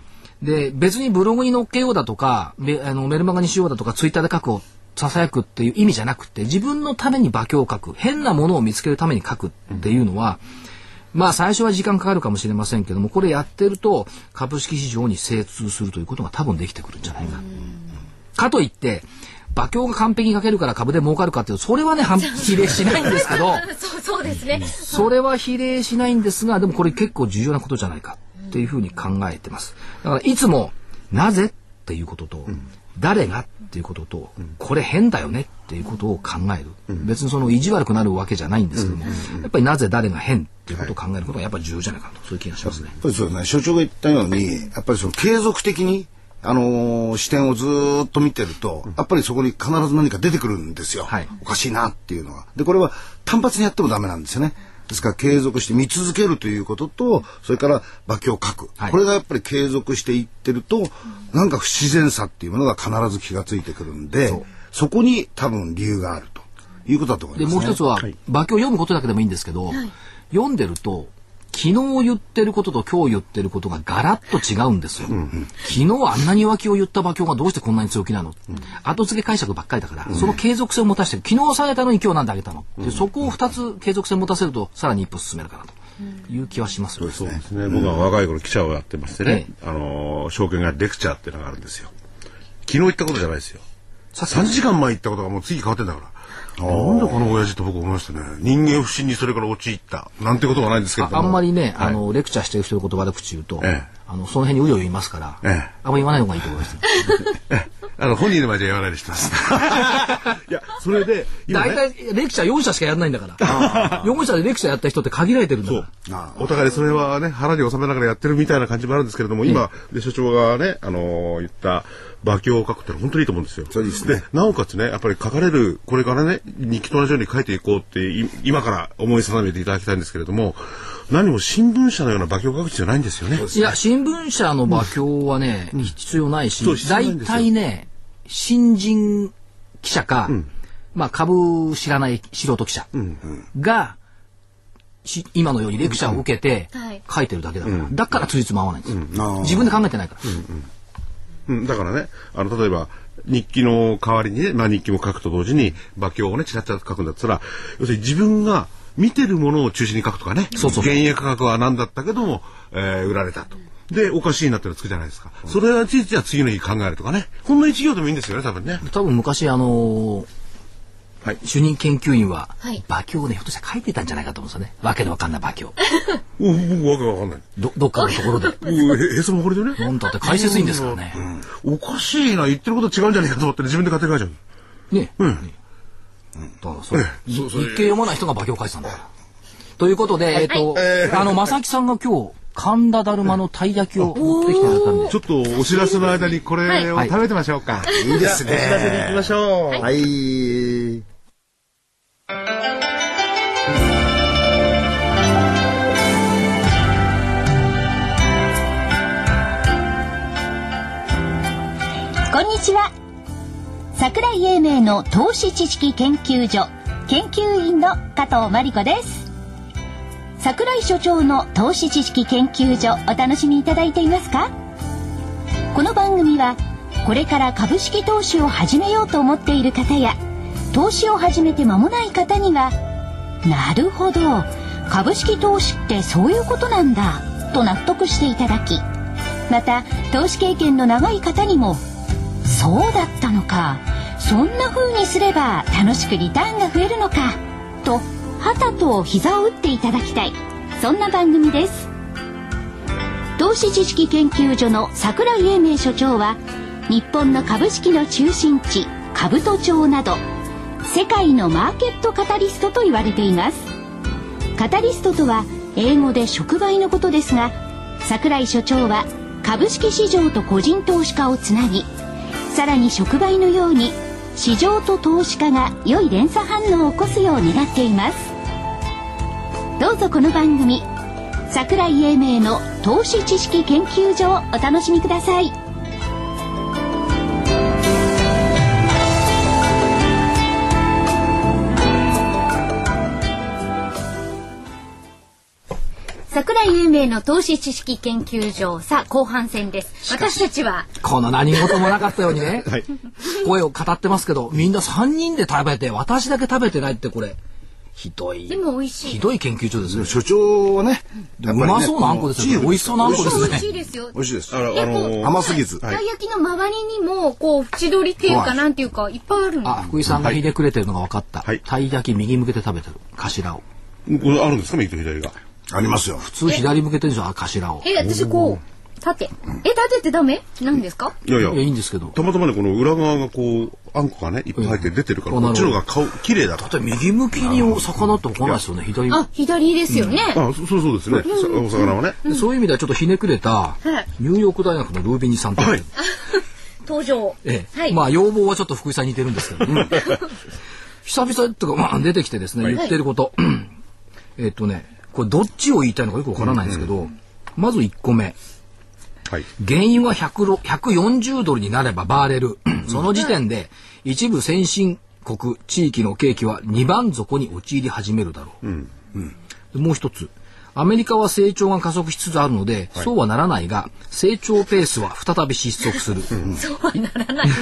で別にブログに載っけようだとかメあのメルマガにしようだとかツイッターで書くをささやくっていう意味じゃなくて自分のために馬鏡を書く変なものを見つけるために書くっていうのは、うん、まあ最初は時間かかるかもしれませんけどもこれやってると株式市場に精通するということが多分できてくるんじゃないか、うん、かといって馬馬鏡が完璧に書けるから株で儲かるかっていうとそれはね比例しないんですけどそうそうですね。 それは比例しないんですが、でもこれ結構重要なことじゃないかっていうふうに考えてます。だからいつもなぜっていうことと、うん、誰がっていうことと、うん、これ変だよねっていうことを考える、うん、別にその意地悪くなるわけじゃないんですけども、うん、やっぱりなぜ誰が変っていうことを考えることがやっぱり重要じゃないかと、そういう気がしますね。 やっぱりそうね、所長が言ったようにやっぱりその継続的にあのー、視点をずーっと見てると、やっぱりそこに必ず何か出てくるんですよ、はい、おかしいなっていうのは。でこれは単発にやってもダメなんですよね。ですから継続して見続けるということと、それから馬鏡を書く、はい、これがやっぱり継続していってると、なんか不自然さっていうものが必ず気がついてくるんで、そ, そこに多分理由があるということだと思いますね。 でもう一つは、はい、馬鏡を読むことだけでもいいんですけど、はい、読んでると昨日言ってることと今日言ってることがガラッと違うんですよ、うんうん、昨日あんなに浮気を言った馬鏡がどうしてこんなに強気なの、うん、後付け解釈ばっかりだから、うん、その継続性を持たせて昨日下げたのに今日なんで上げたの、うん、でそこをふたつ継続性を持たせるとさらに一歩進めるかなという気はしますよね。 そうですね、僕は若い頃記者をやってましてね、ええ、あのー、証券がレクチャーっていうのがあるんですよ。昨日言ったことじゃないですよ、さんじかんまえ言ったことがもう次変わってんだから、なんでこの親父と僕思いましたね。人間不信にそれから陥ったなんてことはないんですけども、 あ, あんまりね、はい、あのレクチャーしてる人の言葉で口言うと、ええ、あのその辺にうようよいますから、ええ、あんまり言わない方がいいと思います、 ええ、あの本人の前じゃ言わないでしてますいやそれで今、ね、だいたいレクチャーよん社しかやらないんだからよん社でレクチャーやった人って限られてるんだから。 お互いそれはね腹に収めながらやってるみたいな感じもあるんですけれども、今、ええ、で所長がね、あのー、言った馬鏡を書くってのは本当にいいと思うんですよ。そうですね。でなおかつね、やっぱり書かれるこれからね日記と同じように書いていこうって今から思い定めていただきたいんですけれども、何も新聞社のような馬鏡を書く必要ないんですよね。 いや新聞社の馬鏡はね、うん、必要ないし、だいたいね新人記者か、うん、まあ株知らない素人記者が、うん、今のようにレクチャーを受けて書いてるだけだから、うん、だからつじつま合わないんですよ、うん、自分で考えてないから、 うんうんうん、だからね、あの例えば日記の代わりにね、まあ、日記も書くと同時に馬鏡をねちらちらと書くんだったら、要するに自分が見てるものを中心に書くとかね、そうそうそう、原油価格は何だったけども、えー、売られたと。でおかしいなってのつくじゃないですか、うん、それについては次の日考えるとかね、ほんの一行でもいいんですよね多分ね。 多分昔あのーはい、主任研究員は、はい、馬鏡をねひょっとしたら書いてたんじゃないかと思うんですよね。わけのわかんない馬鏡僕わけわかんないど, どっかのところでへへそもこれでね、 なんだって解説いいんですからね、 うん、おかしいな、言ってること違うんじゃないかと思って自分で勝手に書いちゃうね、うん、ね、 うん、だからそれ、日経読まない人が馬鏡を書いてたんだからということで、はい、えっ、ー、と、えー、あの正木さんが今日神田だるまのたい焼きを持ってきてくれたんで、 ちょっとお知らせの間にこれを食べてみましょうか、はい、 いいですね。 お知らせに行きましょう。 はい、はい、 こんにちは。桜井英明の投資知識研究所研究員の加藤真理子です。桜井所長の投資知識研究所、お楽しみいただいていますか？この番組はこれから株式投資を始めようと思っている方や投資を始めて間もない方には、なるほど株式投資ってそういうことなんだと納得していただき、また投資経験の長い方にもそうだったのか、そんな風にすれば楽しくリターンが増えるのかとはたと膝を打っていただきたい、そんな番組です。投資知識研究所の桜井英明所長は日本の株式の中心地兜町など世界のマーケットカタリストと言われています。カタリストとは英語で触媒のことですが、桜井所長は株式市場と個人投資家をつなぎ、さらに触媒のように市場と投資家が良い連鎖反応を起こすよう願っています。どうぞこの番組桜井英明の投資知識研究所をお楽しみください。 桜井英明の投資知識研究所、さあ後半戦です。私たちはこの何事もなかったようにね、はい、声を語ってますけど、みんなさんにんで食べて私だけ食べてないって、これひどい。 でも美味しい。 ひどい研究所ですね。 所長はね、 うまそうなあんこですよ。美味しそうなあんこですね。 美味しいですよ。 美味しいです。 あの、あの甘すぎず。 たい焼きの周りにもこう縁取りっていうかなんていうかいっぱいあるの。 あ、福井さんがひねくれてるのが分かった。 はい。 たい焼き右向けて食べてる頭を。 これあるんですか、右と左が。 ありますよ。 普通左向けてるんですよ、頭を。 え、私こう。縦。え、縦ってダメなんですか？ いやいや、 いいんですけど。 たまたまね、この裏側がこう、あんこがね、いっぱい入って出てるから、こっちのが顔、綺麗だと。 だって右向きにお魚って分かんないですよね、左。 あ、左ですよね。 あ、そ、そうそうですね。お魚はね。 そういう意味ではちょっとひねくれた、ニューヨーク大学のルービニさんと。はい。 登場。 ええ。まあ、要望はちょっと福井さんに似てるんですけどね。久々とか、まあ、出てきてですね、言ってること。えっとね、これどっちを言いたいのかよくわからないんですけど、まずいっこめ。はい、原油がひゃくよんじゅうドルになればバーレル、その時点で一部先進国地域の景気はにばん底に陥り始めるだろう、うんうん、もう一つアメリカは成長が加速しつつあるので、はい、そうはならないが成長ペースは再び失速する、うん、 そうはならない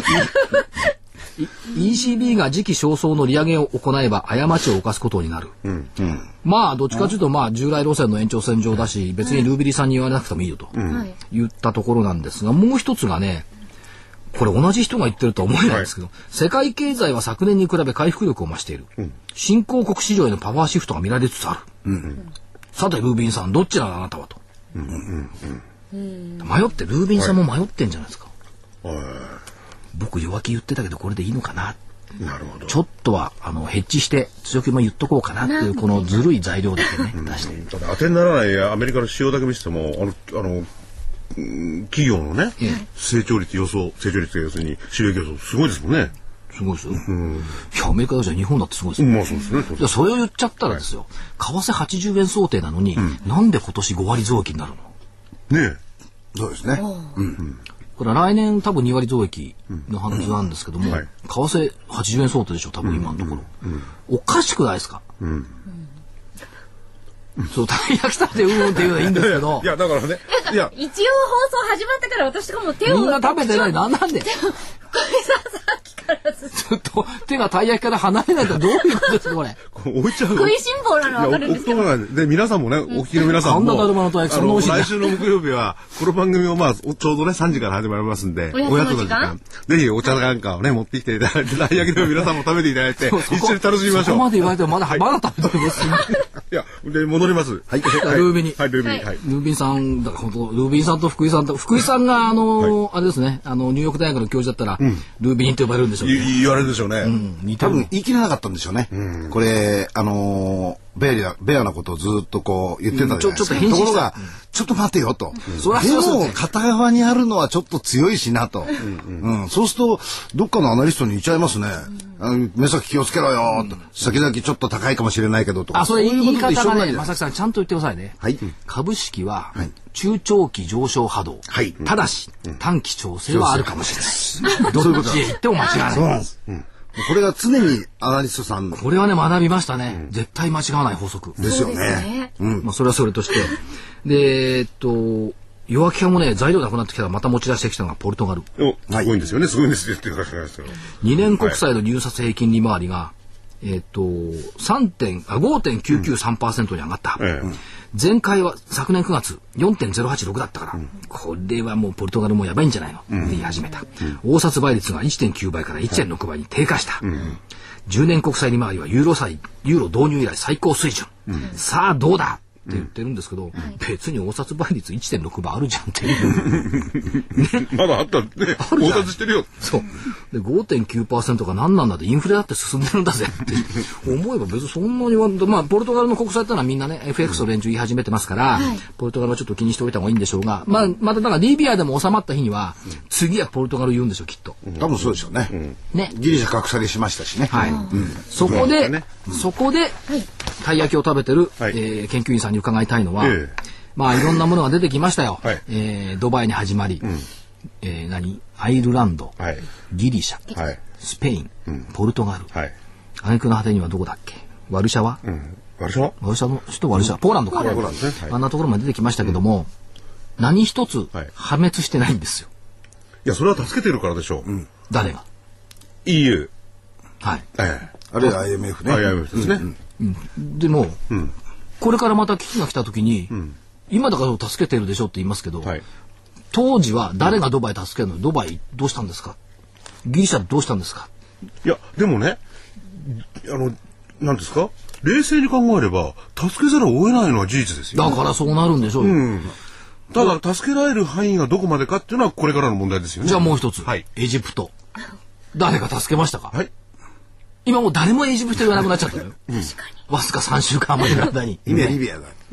イーシービー が時期尚早の利上げを行えば過ちを犯すことになる、うんうん、まあどっちかというとまあ従来路線の延長線上だし別にルービリさんに言われなくてもいいよと言ったところなんですが、もう一つがねこれ同じ人が言ってるとは思えないですけど、はい、世界経済は昨年に比べ回復力を増している、うん、新興国市場へのパワーシフトが見られつつある、うんうん、さてルービンさんどっちなのあなたはと、うんうんうん、迷ってルービンさんも迷ってんじゃないですか、はい、僕弱気言ってたけどこれでいいのかな、なるほどちょっとはあのヘッジして強気も言っとこうかなっていうこのずるい材料だけね出して、 うん、当てにならないアメリカの指標だけ見せてもあのあの企業のね、ええ、成長率予想成長率要するに収益予想すごいですもんね。 すごいですよ、うん、いやアメリカだじゃ日本だってすごいですよ、 うんまあそうですね、 じゃそれを言っちゃったらですよ、はい、為替はちじゅうえん想定なのに、うん、なんで今年ご割増益になるのねえそうですね、うん、 これは来年多分に割増益のはずなんですけども、うんはい、為替はちじゅうえん想定でしょ多分今のところ、うんうん、おかしくないですか、うんそうたい焼き食べてうんうんっていうのはいいんですけどいやだからねいや一応放送始まったから私とかも手をみんな食べてないなんなんで福井さんさっきからずっと手がたい焼きから離れないとどういうことですかこれ置いちゃう食いしん坊なの分かるんですけどで皆さんもねお聞きの皆さんも、うん、 あんなだるまのたい焼きその美味しい来週の木曜日はこの番組をまあちょうどねさんじから始まりますんでおやつの時間ぜひお茶なんかをね持ってきていただいてたい焼きでも皆さんも食べていただいて一緒に楽しみましょう。 そこまで言われてもまだ、はい、まだ食べてるんですいやで戻りますはいルービニはいルービニはいルービンさんだから本当ルービンさんと福井さんと福井さんがあの、はい、あれですねあのニューヨーク大学の教授だったら、うん、ルービンと呼ばれるんでしょうね言われるでしょうね、うん、多分言い切れなかったんでしょうね、うん、これあのーベアベアなことをずっとこう言ってたじゃないですか、うん、ところが、うん、ちょっと待てよと、うん、でも片側にあるのはちょっと強いしなと、うんうんうん、そうするとどっかのアナリストに言っちゃいますね、うん、あの目先気をつけろよと、うん、先々ちょっと高いかもしれないけどとかあそれ言い方がね正木さんちゃんと言ってくださいね、はい、株式は中長期上昇波動、はい、ただし、うん、短期調整はあるかもしれない、うん、どっちへ行っても間違いないそうなんです、うんこれが常にアナリストさんこれはね学びましたね、うん、絶対間違わない法則ですよね、 うんまあ、それはそれとしてでえっと弱気派もね材料なくなってきたらまた持ち出してきたのがポルトガルすごいんですよねすごいんですよって言ってくださいにねん国債の入札平均利回りが、えっと さんてんごてんきゅうきゅうさんパーセント に上がった、うんええ前回は昨年くがつ よんてんゼロはちろく だったから、うん、これはもうポルトガルもやばいんじゃないの、うん、って言い始めた、うん、大札倍率が いってんきゅうばいから いってんろくばいに低下した、うん、じゅうねん国債利回りはユーロ債ユーロ導入以来最高水準、うん、さあどうだって言ってるんですけど、うん、別に大札倍率 いってんろくばいあるじゃんっていう、 ね、まだあったね大札してるよそうで ごてんきゅうパーセント が何なんだってインフレだって進んでるんだぜって思えば別にそんなにはまあポルトガルの国債ってのはみんなね エフエックス の連中言い始めてますから、うん、ポルトガルはちょっと気にしておいた方がいいんでしょうが、まあ、まただからリビアでも収まった日には、うん、次はポルトガル言うんでしょうきっと、 うん、多分そうでしょうね、うん、 ねギリシャ格下げしましたしね、 はいうん、そこで、ねうん、そこで、はいたい焼きを食べてる、はいえー、研究員さんに伺いたいのは、えー、まあいろんなものが出てきましたよ、はいえー、ドバイに始まり、うんえー、何アイルランド、はい、ギリシャ、はい、スペイン、うん、ポルトガル、はい、挙句の果てにはどこだっけワルシャワ、うん、 ワルシャワワルシャワの首都ワルシャワ、うん、ポーランドか、ねはい、あんなところまで出てきましたけども、うん、何一つ破滅してないんですよ、 いやそれは助けてるからでしょう、うん、 誰がイーユーはい、ええあるいは アイエムエフ ね。 アイエムエフ ですね。 うんうん、でも、うん、これからまた危機が来た時に、うん、今だから助けてるでしょって言いますけど、はい、当時は誰がドバイ助けるの？ドバイどうしたんですか？ギリシャどうしたんですか？ いやでもね、あの何ですか、冷静に考えれば助けざるを得ないのは事実ですよ。 だからそうなるんでしょうよ。うん、 ただ助けられる範囲がどこまでかっていうのはこれからの問題ですよね。 じゃあもう一つ、 はい、 エジプト誰か助けましたか？ はい、 今もう誰もエジプト言わなくなっちゃったよ。うん、わずかさんしゅうかんまでの間に。 今リビアだ。 うん、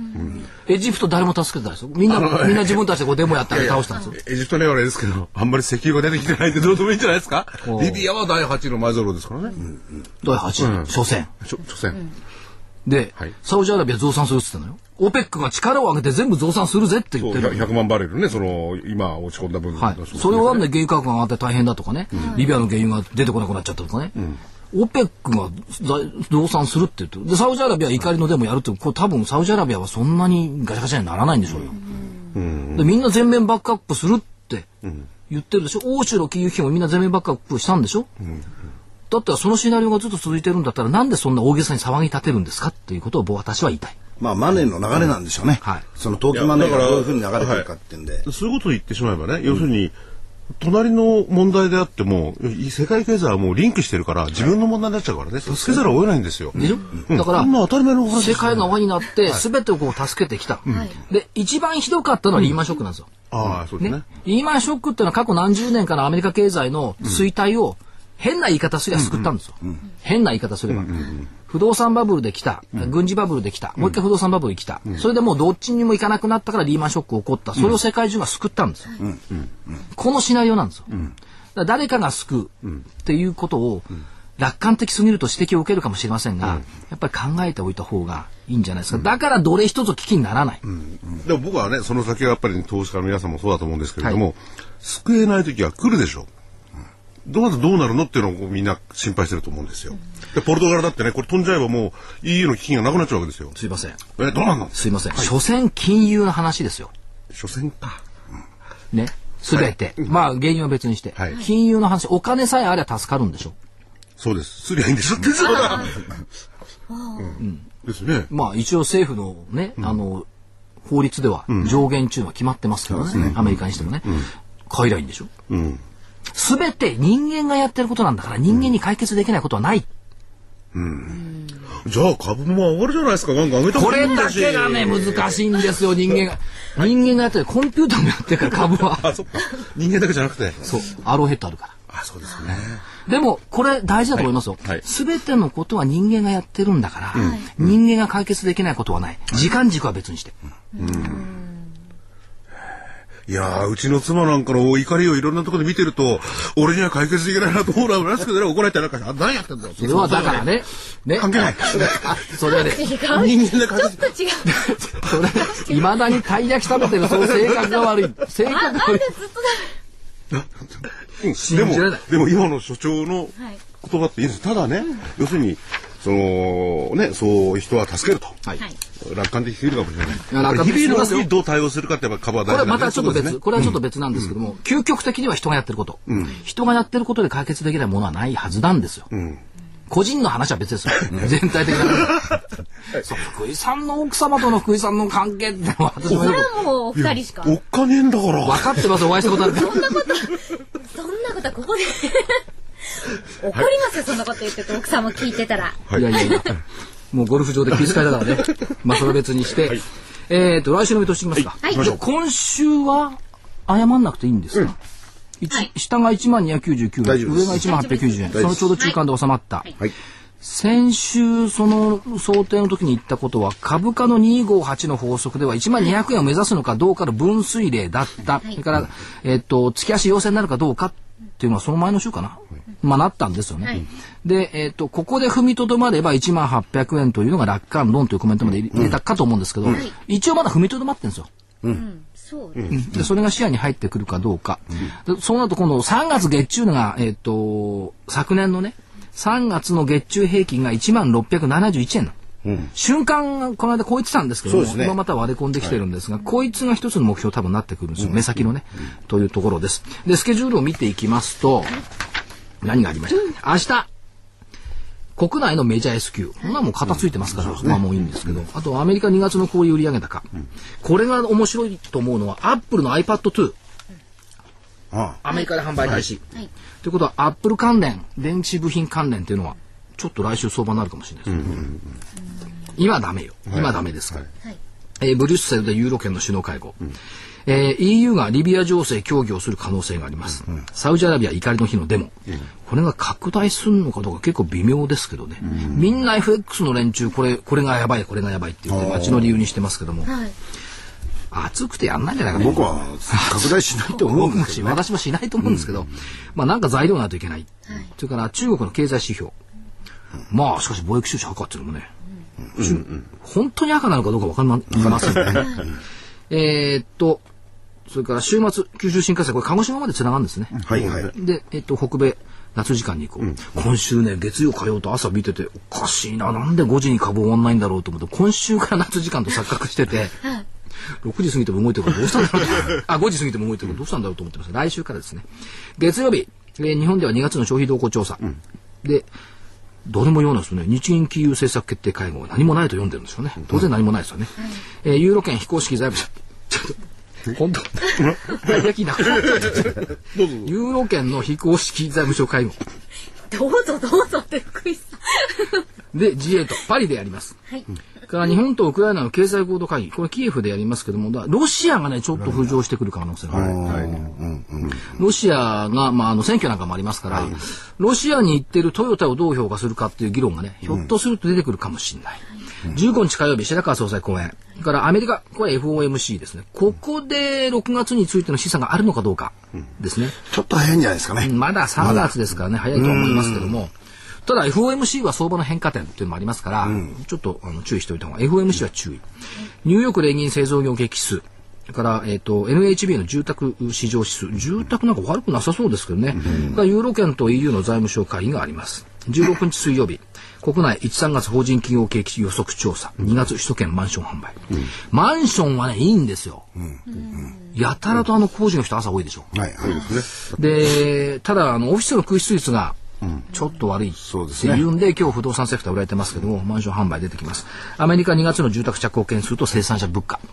エジプト誰も助けてないですよ。みんなみんな自分たちでこうデモやったら倒したんですよ。 エジプトねあれですけど、あんまり石油が出てきてないんでどうでもいいんじゃないですか。リビアはだいはちいの埋蔵量ですからね。うんうん、 だいはちい、うん、所詮。 所詮。うん、 で、はい、サウジアラビア増産するっつってんのよ。オペックが力を上げて全部増産するぜって言ってる。 ひゃくまんバレルね、その今落ち込んだ分、 はい、それをなんで原油価格が上がって大変だとかね、うん、リビアの原油が出てこなくなっちゃったとかね、うん、オペックが増産するって言ってる。でサウジアラビア怒りのデモやるって、これ多分サウジアラビアはそんなにガチャガチャにならないんでしょうよ。うん、でみんな全面バックアップするって言ってるでしょ。欧州の金融機関もみんな全面バックアップしたんでしょ。うん、だったらそのシナリオがずっと続いてるんだったらなんでそんな大げさに騒ぎ立てるんですかっていうことを私は言いたい。 まあマネーの流れなんでしょうね。うん、はい。その投機マネーがどういうふうに流れてるかってんで、 はい、そういうことを言ってしまえばね、要するに隣の問題であっても世界経済はもうリンクしてるから自分の問題になっちゃうからね、助けざるを得ないんですよ。 でしょ、うん、だから、当たり前の世界が輪になって全てをこう助けてきた。はい、で一番ひどかったのはリーマンショックなんですよ。 うん、ああそうですね。ね、 リーマンショックっていうのは過去何十年かのアメリカ経済の衰退を、うん、変な言い方すれば救ったんですよ。うんうん、変な言い方すれば、うんうんうん、不動産バブルで来た、軍事バブルで来た、うん、もう一回不動産バブルに来た、うん、それでもうどっちにも行かなくなったからリーマンショック起こった。それを世界中が救ったんですよ。うんうんうん、このシナリオなんですよ。うん、だから誰かが救うっていうことを、うん、楽観的すぎると指摘を受けるかもしれませんが、うん、やっぱり考えておいた方がいいんじゃないですか。だからどれ一つ危機にならない。うんうん、でも僕はね、その先はやっぱり、ね、投資家の皆さんもそうだと思うんですけれども、はい、救えない時は来るでしょう。どうどうなるのっていうのをみんな心配してると思うんですよ。でポルトガルだってね、これ飛んじゃえばもう イーユー の危機がなくなっちゃうわけですよ。 すいません。 えどうなんの？ すいません。はい、所詮金融の話ですよ。 所詮か。 うん、ね、すべて、はい、まあ原因は別にして、はい、金融の話、お金さえあれば助かるんでしょ。 そうです。すりゃいいんでしょってそうだ。うん。ですね。 まあ一応政府のね、うん、あの法律では上限中は決まってますからね。うん、アメリカにしてもね、うん、買いりゃいいんでしょ。うん。すべて人間がやってることなんだから人間に解決できないことはない。 うん。うん、じゃあ株も上がるじゃないですか。ガンガン上げたこれだけがね難しいんですよ。人間が人間がやってる、コンピューターもやってるから株は。 あ、そっか。人間だけじゃなくて。 そう。アローヘッドあるから。 あ、そうですね。 でもこれ大事だと思いますよ。すべ、はいはい、てのことは人間がやってるんだから、うん、人間が解決できないことはない。時間軸は別にして。うん。うんいやー、うちの妻なんかの怒りをいろんなところで見てると、俺には解決できないなと思うのは思いますけどね、怒られたらなんか、何やってんだよ。 それはだからね、ね。 関係ない。 あ、それはね、 人間で解決。ちょっと違う。 それ、未だにたい焼き食べてる、その性格が悪い。性格が悪い。 なんでずっとだめ。でも、でも今の所長の言葉っていいです。ただね、うん、要するに、そのね、そう人は助けると、はい、楽観的すぎるかもしれない。楽観的日々のにどう対応するかってやっぱ株は大事なんです。 これまたちょっと別、ね、これはちょっと別なんですけども、うん、究極的には人がやってること、うん、人がやってることで解決できないものはないはずなんですよ。うん、個人の話は別ですよ。全体的なそう、福井さんの奥様との福井さんの関係ってのはそれはもう二人しかおっかねえんだから分かってます。お会いしたことあるからそんなことそんなことはここで怒りますよ、はい、そんなこと言ってて奥さんも聞いてたら、 はい、いやいやいやもうゴルフ場で気遣いだからねまあそれは別にして、はい、えーと来週の見通しいきますか、はい、今週は謝んなくていいんですか、うんはい、下がいちまんにひゃくきゅうじゅうきゅうえん、上がいちまんはっぴゃくきゅうじゅうえん、そのちょうど中間で収まった、はいはい、先週その想定の時に言ったことは株価のにひゃくごじゅうはちの法則ではいちまんにひゃくえんを目指すのかどうかの分水嶺だった、はい、それから、えーと月足要請になるかどうかっていうのはその前の週かな、まあなったんですよね、はい、で、えーとここで踏みとどまればいちまんはっぴゃくえんというのが楽観論というコメントまで入れたかと思うんですけど、うん、一応まだ踏みとどまってるんですよ、うん、そうです、でそれが視野に入ってくるかどうか、うん、でそうなると今度さんがつ月中が、えーと昨年のねさんがつの月中平均がいちまんろっぴゃくななじゅういちえんなの、うん、瞬間この間こう言ってたんですけども、ね、今また割れ込んできてるんですが、はい、こいつが一つの目標多分なってくるんですよ、うん、目先のね、うん、というところです。でスケジュールを見ていきますと何がありましたかね、明日国内のメジャー エスキュー、こんなもん型ついてますから、まあもういいんですけど、あとアメリカにがつの小売売上高、うん、これが面白いと思うのはアップルの アイパッドツー、ああアメリカで販売開始、はいはい、ということはアップル関連、電子部品関連っていうのはちょっと来週相場になるかもしれないです、うんうんうん、今ダメよ、今ダメですから、はいはい、えー、ブリュッセルでユーロ圏の首脳会合、うん、えー、イーユー がリビア情勢協議をする可能性があります、うん、サウジアラビア怒りの日のデモ、うん、これが拡大するのかどうか結構微妙ですけどね、うん、みんな エフエックス の連中これこれがやばいこれがやばいって言って街の理由にしてますけども、はい、暑くてやんないんじゃないかな。 僕は拡大しないと思うんですよ、ね、 私もしないと思うんですけど、うん、まあなんか材料ないといけない、はい、それから中国の経済指標、うん、まあしかし貿易収支赤っていうのもね、うんうん、本当に赤なのかどうか分かりませんね、うん、えっとそれから週末九州新幹線これ鹿児島までつながるんですね、 はいはい、 で、えっと、北米夏時間に行こう、うん、今週ね月曜火曜と朝見てておかしいな、なんでごじに株終わんないんだろうと思って今週から夏時間と錯覚しててろくじ過ぎても動いてるからどうしたんだろうあごじ過ぎても動いてるからどうしたんだろうと思ってます。来週からですね月曜日、えー、日本ではにがつの消費動向調査、うん、でどうでもようなんですよね。日銀金融政策決定会合は何もないと読んでるんですよね。当然何もないですよね、うん、えー、ユーロ圏非公式財務省ちょっと本当たい焼きなくなっちゃうユーロ圏の非公式財務省会合どうぞどうぞって福井さんで ジーエイト パリでやります、はい、から日本とウクライナの経済合同会議これキエフでやりますけどもだロシアがねちょっと浮上してくる可能性がある、はいはい、ロシアが、まあ、あの選挙なんかもありますから、はい、ロシアに行ってるトヨタをどう評価するかっていう議論がねひょっとすると出てくるかもしれない、うん、じゅうごにち火曜日白川総裁講演からアメリカこれ エフオーエムシー ですねここでろくがつについての示唆があるのかどうかですね、うん、 ちょっと早いんじゃないですかね。 まださんがつですからね早いと思いますけどもただ エフオーエムシー は相場の変化点っていうのもありますから、うん、ちょっとあの注意しておいた方が エフオーエムシー は注意、うん、ニューヨーク連銀製造業景気指数それから、えー、と エヌエイチビー の住宅市場指数住宅なんか悪くなさそうですけどね、うん、ユーロ圏と イーユー の財務省会議がありますじゅうろくにち水曜日国内いちさんがつ法人企業景気予測調査にがつ首都圏マンション販売、うん、マンションはねいいんですよ、うんうん、やたらとあの工事の人朝多いでしょ、はいはい、でただあのオフィスの空室率がちょっと悪いっていうんで、今日不動産セクター売られてますけどもマンション販売出てきます。アメリカにがつの住宅着工件数と生産者物価、はい、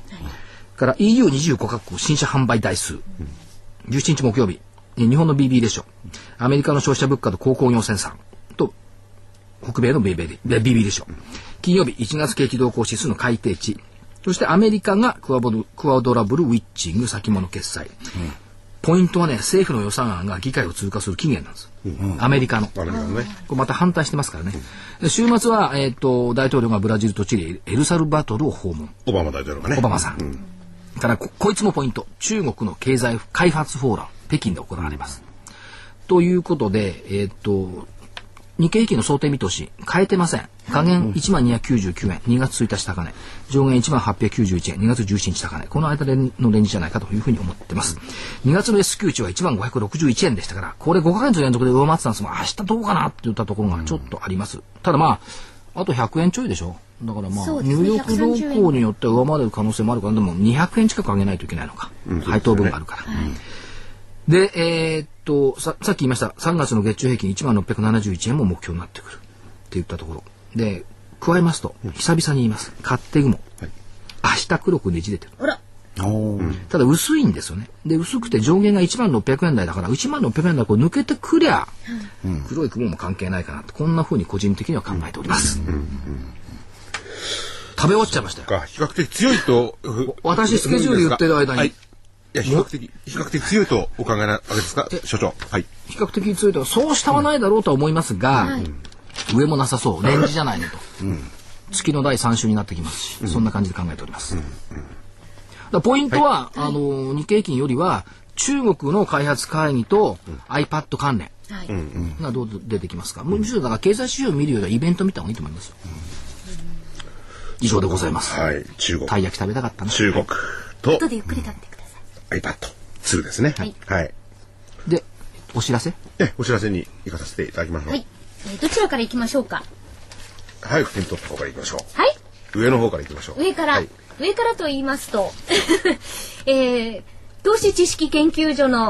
から イーユーにじゅうご カ国新車販売台数、うん、じゅうしちにち木曜日日本の ビービー レシオアメリカの消費者物価と鉱工業生産と北米の ビービー レシオ金曜日いちがつ景気動向指数の改定値そしてアメリカがクアボルクアドラブルウィッチング先物決済、うん、ポイントはね政府の予算案が議会を通過する期限なんです、うん、アメリカの、うん、これまた反対してますからね、うん、週末は、えー、と大統領がブラジルとチリエルサルバトルを訪問オバマ大統領がねオバマさん、うん、からこ、こいつもポイント中国の経済開発フォーラム北京で行われます、うん、ということで、えー、と日経平均の想定見通し変えてません下限いちまんにひゃくきゅうじゅうきゅうえんにがつついたち高値上限いちまんはっぴゃくきゅうじゅういちえんにがつじゅうしちにち高値この間のレンジじゃないかというふうに思ってますにがつの エスキュー 値はいちまんごひゃくろくじゅういちえんでしたからこれごかげつ連続で上回ってたんですが明日どうかなって言ったところがちょっとあります、うん、ただまああとひゃくえんちょいでしょだからまあ、ね、ニューヨーク動向によって上回れる可能性もあるからでもにひゃくえん近く上げないといけないのか、うん、配当分があるから、はいで、えー、っとさ、さっき言いましたさんがつの月中平均いちまんろっぴゃくななじゅういちえんも目標になってくるって言ったところで加えますと、うん、久々に言います勝手雲、はい、明日黒くねじれてるあらただ薄いんですよねで薄くて上限がいちまんろっぴゃくえん台だからいちまんろっぴゃくえん台こう抜けてくりゃ、うん、黒い雲も関係ないかなとこんな風に個人的には考えております、うんうんうん、食べ終わっちゃいましたよ比較的強いと私スケジュール言ってる間に、はいいや比較的比較的強いとお考えなわけですか所長はい比較的強いとそう下はないだろうとは思いますが、うん、上もなさそうレンジじゃないのと、うん、月のだいさん週になってきますし、うん、そんな感じで考えております、うんうん、だポイントは、はい、あの日経平均よりは中国の開発会議と iPad 関連がどう出てきますか、うん、むしろだから経済指標を見るよりはイベント見た方がいいと思いますよ、うん、以上でございます、 はい、中国たい焼き食べたかったな中国と後でゆっくり食べてくださいアイパッドツーですね。はい。はい、 で、お知らせ？ え、お知らせに行かさせていただきましょう。はい。 えー、どちらから行きましょうか。 はい、手に取った方から行きましょう。 はい。 上の方から行きましょう。 上から、はい、上からと言いますと、えー、投資知識研究所の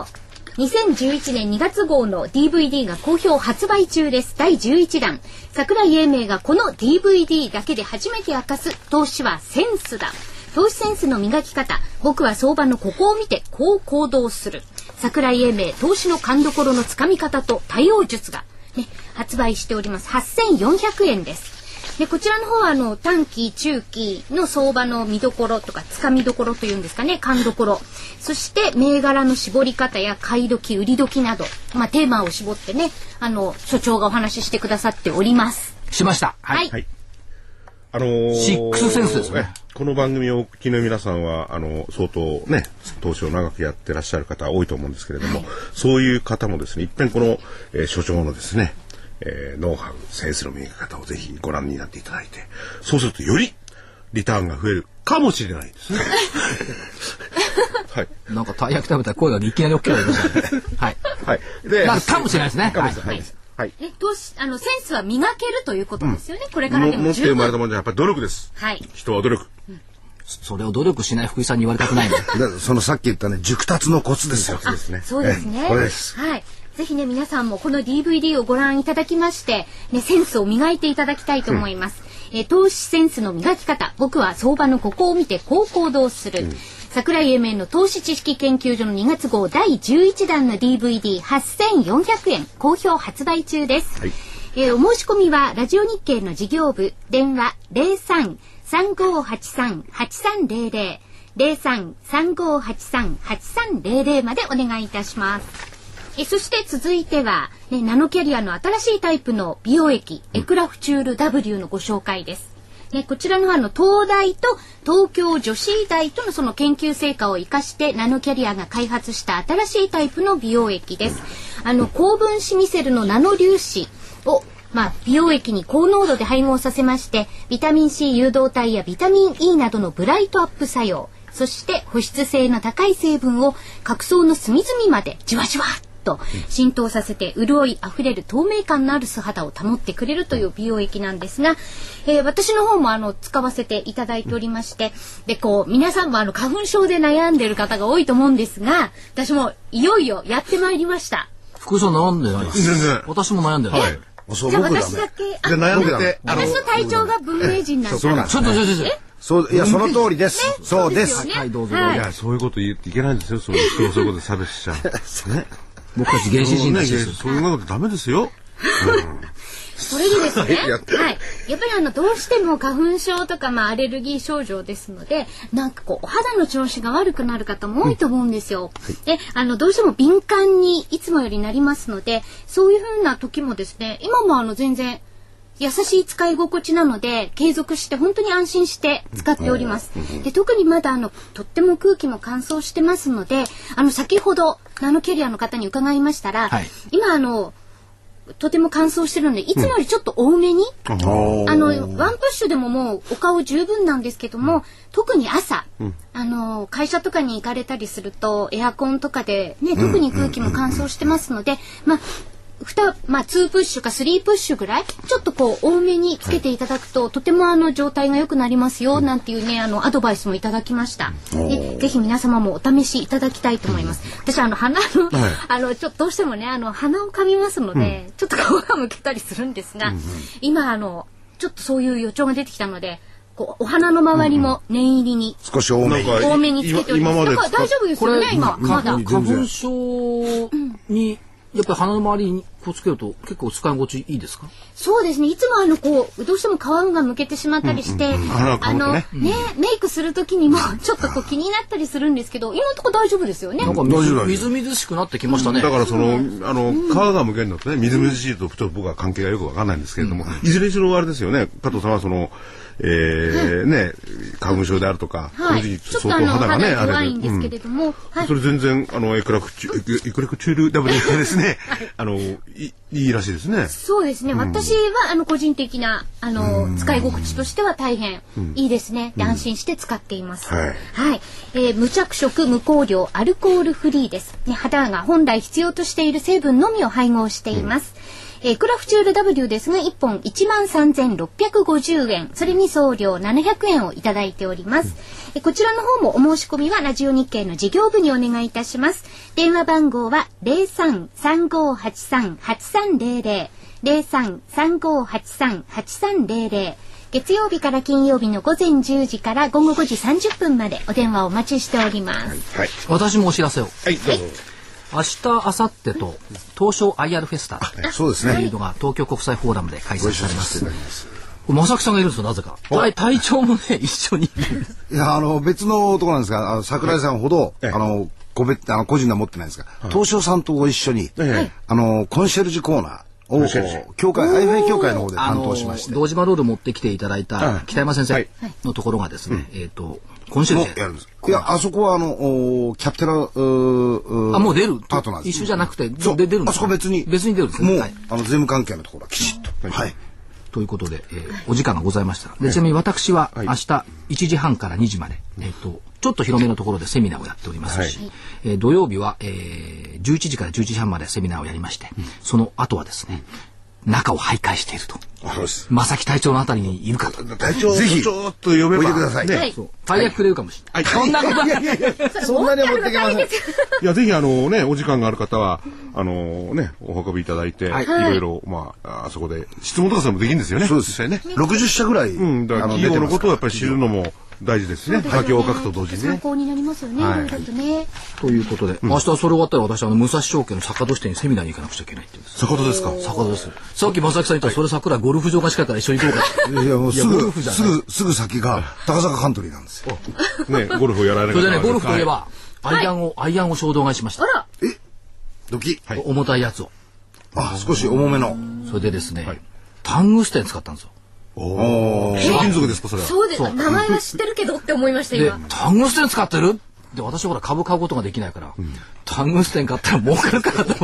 にせんじゅういちねんにがつ号の ディーブイディー が好評発売中です。だいじゅういちだん。桜井英明がこの ディーブイディー だけで初めて明かす投資はセンスだ。投資センスの磨き方。僕は相場のここを見てこう行動する。桜井英明投資の勘どころのつかみ方と対応術が、ね、発売しております。はっせんよんひゃくえんです。でこちらの方はあの短期中期の相場の見どころとかつかみどころというんですかね、勘どころ、そして銘柄の絞り方や買い時売り時など、まあ、テーマを絞ってね、あの所長がお話ししてくださっております。 しました。 はい、 はい、あのー、 シックスセンスですね。 この番組をお聞きの皆さんはあの相当ね投資を長くやってらっしゃる方多いと思うんですけれども、はい、そういう方もですね、一遍この、えー、所長のですね、えー、ノウハウセンスの磨き方をぜひご覧になっていただいて、そうするとよりリターンが増えるかもしれないですね。 はい。なんかたい焼き食べたら声がいきなり大きくなりましたね。はい。はい。で、まあ、かもしれないですね。 かもしれないです。はい。 え、投資あのセンスは磨けるということですよね。うん、これからでも持って生まれたものじゃやっぱり努力です。 はい。 人は努力。うん、 それを努力しない福井さんに言われたくないの。 そのさっき言ったね、熟達のコツですよ。 そうですね。そうですね。 これです。 はい。ぜひね皆さんもこの ディーブイディー をご覧いただきまして、ね、センスを磨いていただきたいと思います。うん、え投資センスの磨き方。僕は相場のここを見てこう行動する。うん、桜井英明の投資知識研究所のにがつ号だいじゅういちだんの ディーブイディーはっせんよんひゃくえん好評発売中です。はい、えー、お申し込みはラジオ日経の事業部電話 ゼロさん さんごはちさん はちさんゼロゼロ ゼロさん さんごはちさん はちさんゼロゼロまでお願いいたします。えそして続いては、ね、ナノキャリアの新しいタイプの美容液、うん、エクラフチュール W のご紹介です。ね、こちらのあの東大と東京女子医大とのその研究成果を生かしてナノキャリアが開発した新しいタイプの美容液です。あの高分子ミセルのナノ粒子をまあ、美容液に高濃度で配合させまして、ビタミン C 誘導体やビタミン E などのブライトアップ作用、そして保湿性の高い成分を角層の隅々までじわじわっと浸透させて、潤いあふれる透明感のある素肌を保ってくれるという美容液なんですが、えー、私の方もあの使わせていただいておりまして、でこう皆さんもあの花粉症で悩んでいる方が多いと思うんですが、私もいよいよやってまいりました。 福井さん悩んでないです。 全然。 私も悩んでない。はい。 じゃあ私だけ、 あ、悩んでて、 私の体調が文明人なんです。 そうなんです。ちょっとちょっとちょっと。そう、いや、その通りです。そうです。 はい、どうぞ。 いや、そういうこと言っていけないんですよ。そういう人をそういうことで差別しちゃう。ね。 僕たち原始人だし、 そういうことダメですよ。 それでですね、はい、やっぱりあのどうしても花粉症とかまあアレルギー症状ですので、なんかこうお肌の調子が悪くなる方も多いと思うんですよ。うん、で、あのどうしても敏感にいつもよりなりますので、そういう風な時もですね、今もあの全然優しい使い心地なので継続して本当に安心して使っております。で、特にまだあのとっても空気も乾燥してますので、あの先ほどナノキャリアの方に伺いましたら、はい、今あのとても乾燥してるのでいつもよりちょっと多めに、うん、あのワンプッシュでももうお顔十分なんですけども、うん、特に朝、うん、あの会社とかに行かれたりするとエアコンとかでね、特に空気も乾燥してますので、まあ二まあ、ツープッシュかスリープッシュぐらいちょっとこう多めにつけていただくと、はい、とてもあの状態が良くなりますよ、うん、なんていうねあのアドバイスもいただきました。でぜひ皆様もお試しいただきたいと思います。私あの鼻の、はい、あのちょっとどうしてもねあの鼻をかみますので、うん、ちょっと顔が向けたりするんですが、うんうん、今あのちょっとそういう予兆が出てきたので、こうお鼻の周りも念入りに、 うん、少し多めに多めにつけております。だから大丈夫ですよね今まだ。 花粉症に、やっぱり鼻の周りにこうつけると結構使い心地いいですか？ そうですね。いつもあのこうどうしても皮がむけてしまったりして、うんうん、あ, あのね、うん、ねメイクする時にもちょっとこう気になったりするんですけど、今のところ大丈夫ですよね。 なんかみずみずしくなってきましたね。 だからその、うん、あの皮がむけるのとね、みずみずしいとちょっと僕は関係がよくわかんないんですけれども、うん、いずれにしろあれですよね。加藤さんはその。えー、ね花粉症であるとか、 はい、相当肌がね弱いんですけれども、うんはい、 それ全然あのエクラクチュエクラクチュール W ですね、はい、あの い, いいらしいですね。 そうですね、うん、私はあの個人的なあの使い心地としては大変いいですね、うん、で安心して使っています、うん、はい、はい、えー、無着色無香料アルコールフリーです、ね、肌が本来必要としている成分のみを配合しています、うん、 えー、クラフチュール W ですがいっぽんいちまんさんぜんろっぴゃくごじゅうえん、それに送料ななひゃくえんをいただいております。えー、こちらの方もお申し込みはラジオ日経の事業部にお願いいたします。電話番号は ゼロさんさんごはちさんはちさんゼロゼロ ゼロさんさんごはちさんはちさんゼロゼロ、月曜日から金曜日の午前じゅうじから午後ごじさんじゅっぷんまでお電話をお待ちしております。 はい、私もお知らせを。 はい、どうぞ。 明日、明後日と東証 アイアール フェスタそうですね。 というのが東京国際フォーラムで開催されます。正木さんがいるんですよ、なぜか。隊長もね、一緒に。 いや、あの、別のところなんですが、あの桜井さんほど、はい、あの、個別、あの、個人は持ってないんですが、はい、東証さんとご一緒に、はい、あの、コンシェルジュコーナー、協会、アイエフエー 協会の方で担当しまして、 堂島ロール持ってきていただいた北山先生のところがですね、えっと今週でやるんです。いや、あそこはあのキャプテラあもう出るパートナー一緒じゃなくて出るんです。 あそこ別に別に出るんですね。 もうあの税務関係のところはきちっと。はい。 ということで、えー、お時間がございました。でちなみに私は明日いちじはんからにじまで、えっとちょっと広めのところでセミナーをやっておりますし、はい、えー、土曜日は、えー、じゅういちじからじゅういちじはんまでセミナーをやりまして、うん、その後はですね、中を徘徊していると。正木隊長のあたりにいるかと。 隊長ぜひちょっと読めばおいてください。 ね、大役くれるかもしれない。そんなことない。 そんなに持ってきません。いやぜひあのねお時間がある方はあのねお運びいただいて、いろいろまああそこで質問とかそれもできるんですよね。 そうですね。ろくじゅっしゃぐらい。 うん。だから企業のことをやっぱり知るのも大事ですね。波形を書くと同時にね。 参考になりますよね。はい。 ということで、明日それ終わったら私あの武蔵証券の坂戸支店にセミナーに行かなくちゃいけないって言うんです。 坂戸ですか。 坂戸です。さっき正木さん言ったらそれ桜ゴルフ場が近いから一緒に行こうか。 いやもうすぐすぐすぐ先が高坂カントリーなんですよ。 ねゴルフをやられる。 それでねゴルフといえばアイアンをアイアンを衝動買いしました。 あら。 えドキ。 重たいやつを。 あ少し重めの。 それでですねタングステン使ったんですよ。 おお、金属ですかそれは。 そうです。名前は知ってるけどって思いました今。 で、タングステン使ってる？で、私ほら株買うことができないから、うん、タングステン買ったら儲かるかなと思って。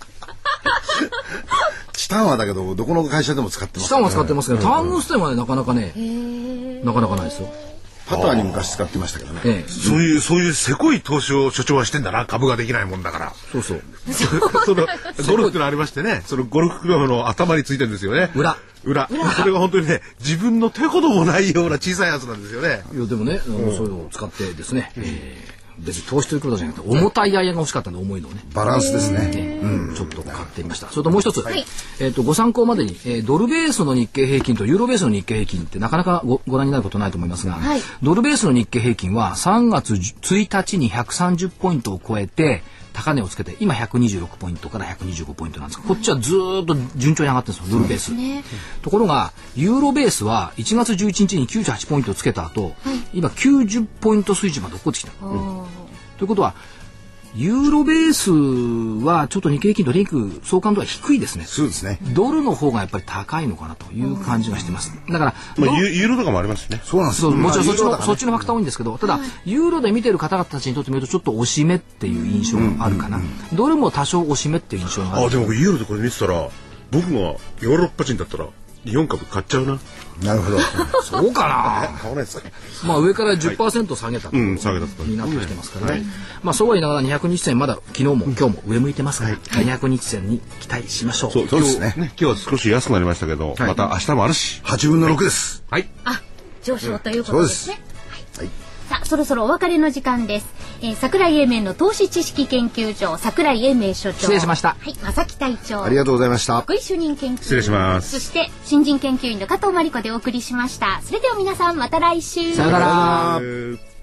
チタンはだけどどこの会社でも使ってます、ね。 チタンは使ってますけど、タングステンはねなかなかね、なかなかないですよ。 パターに昔使ってましたけどね。 ええ、そういうそういうせこい投資を所長はしてんだな。株ができないもんだから。 そうそう。 そのゴルフってのありましてね。そのゴルフクラブの頭についてるんですよね。 裏。 裏。それが本当にね自分の手ほどもないような小さいやつなんですよね。 いやでもね、あのそういうのを使ってですね。えー別に投資ということじゃなくて重たいアイアンが欲しかったんで重いのをねバランスですね、 うん、ちょっと買ってみました。それともう一つ、はい、えー、とご参考までに、えー、ドルベースの日経平均とユーロベースの日経平均ってなかなか ご, ご覧になることないと思いますが、はい、ドルベースの日経平均はさんがつついたちにひゃくさんじゅうポイントを超えて高値をつけて今ひゃくにじゅうろくポイントからひゃくにじゅうごポイントなんですが、こっちはずーっと順調に上がってるんですよドルベース、ね、ところがユーロベースはいちがつじゅういちにちにきゅうじゅうはちポイントをつけた後、はい、今きゅうじゅうポイント水準まで落っこってきた、うん、ということはユーロベースはちょっと日経平均とリンク相関度は低いですね。 そうですね。 ドルの方がやっぱり高いのかなという感じがしてます。だから、 まあ、ユ, ユーロとかもありますしね。 そうなんですよ。 もちろんそっちの、まあ、そっちのファクター多いんですけど、ただ、はい、ユーロで見てる方々たちにとってみるとちょっと押し目っていう印象があるかな。ドルも多少押し目っていう印象がある。 あ、でもユーロでこれ見てたら僕がヨーロッパ人だったら日本株買っちゃうな。 なるほど。 そうかな。 買わないですか。 まあ上から じゅっパーセント 下げたと、 はい、うん、下げたとになってきてますからね。はい、まあそうは言いながらにひゃくにち線まだ昨日も今日も上向いてますから、はい、にひゃくにち線に期待しましょう。 そう、そうですね。今日は少し安くなりましたけど、はい、また明日もあるし。 はちぶんのろくです。 はい。 あ、上昇ということですね。はい。さあそろそろお別れの時間です。えー、桜井英明の投資知識研究所桜井英明所長、 失礼しました。 はい、正木隊長、 ありがとうございました。 福井主任研究員、 失礼します。 そして新人研究員の加藤真理子でお送りしました。それでは皆さんまた来週。 さよなら。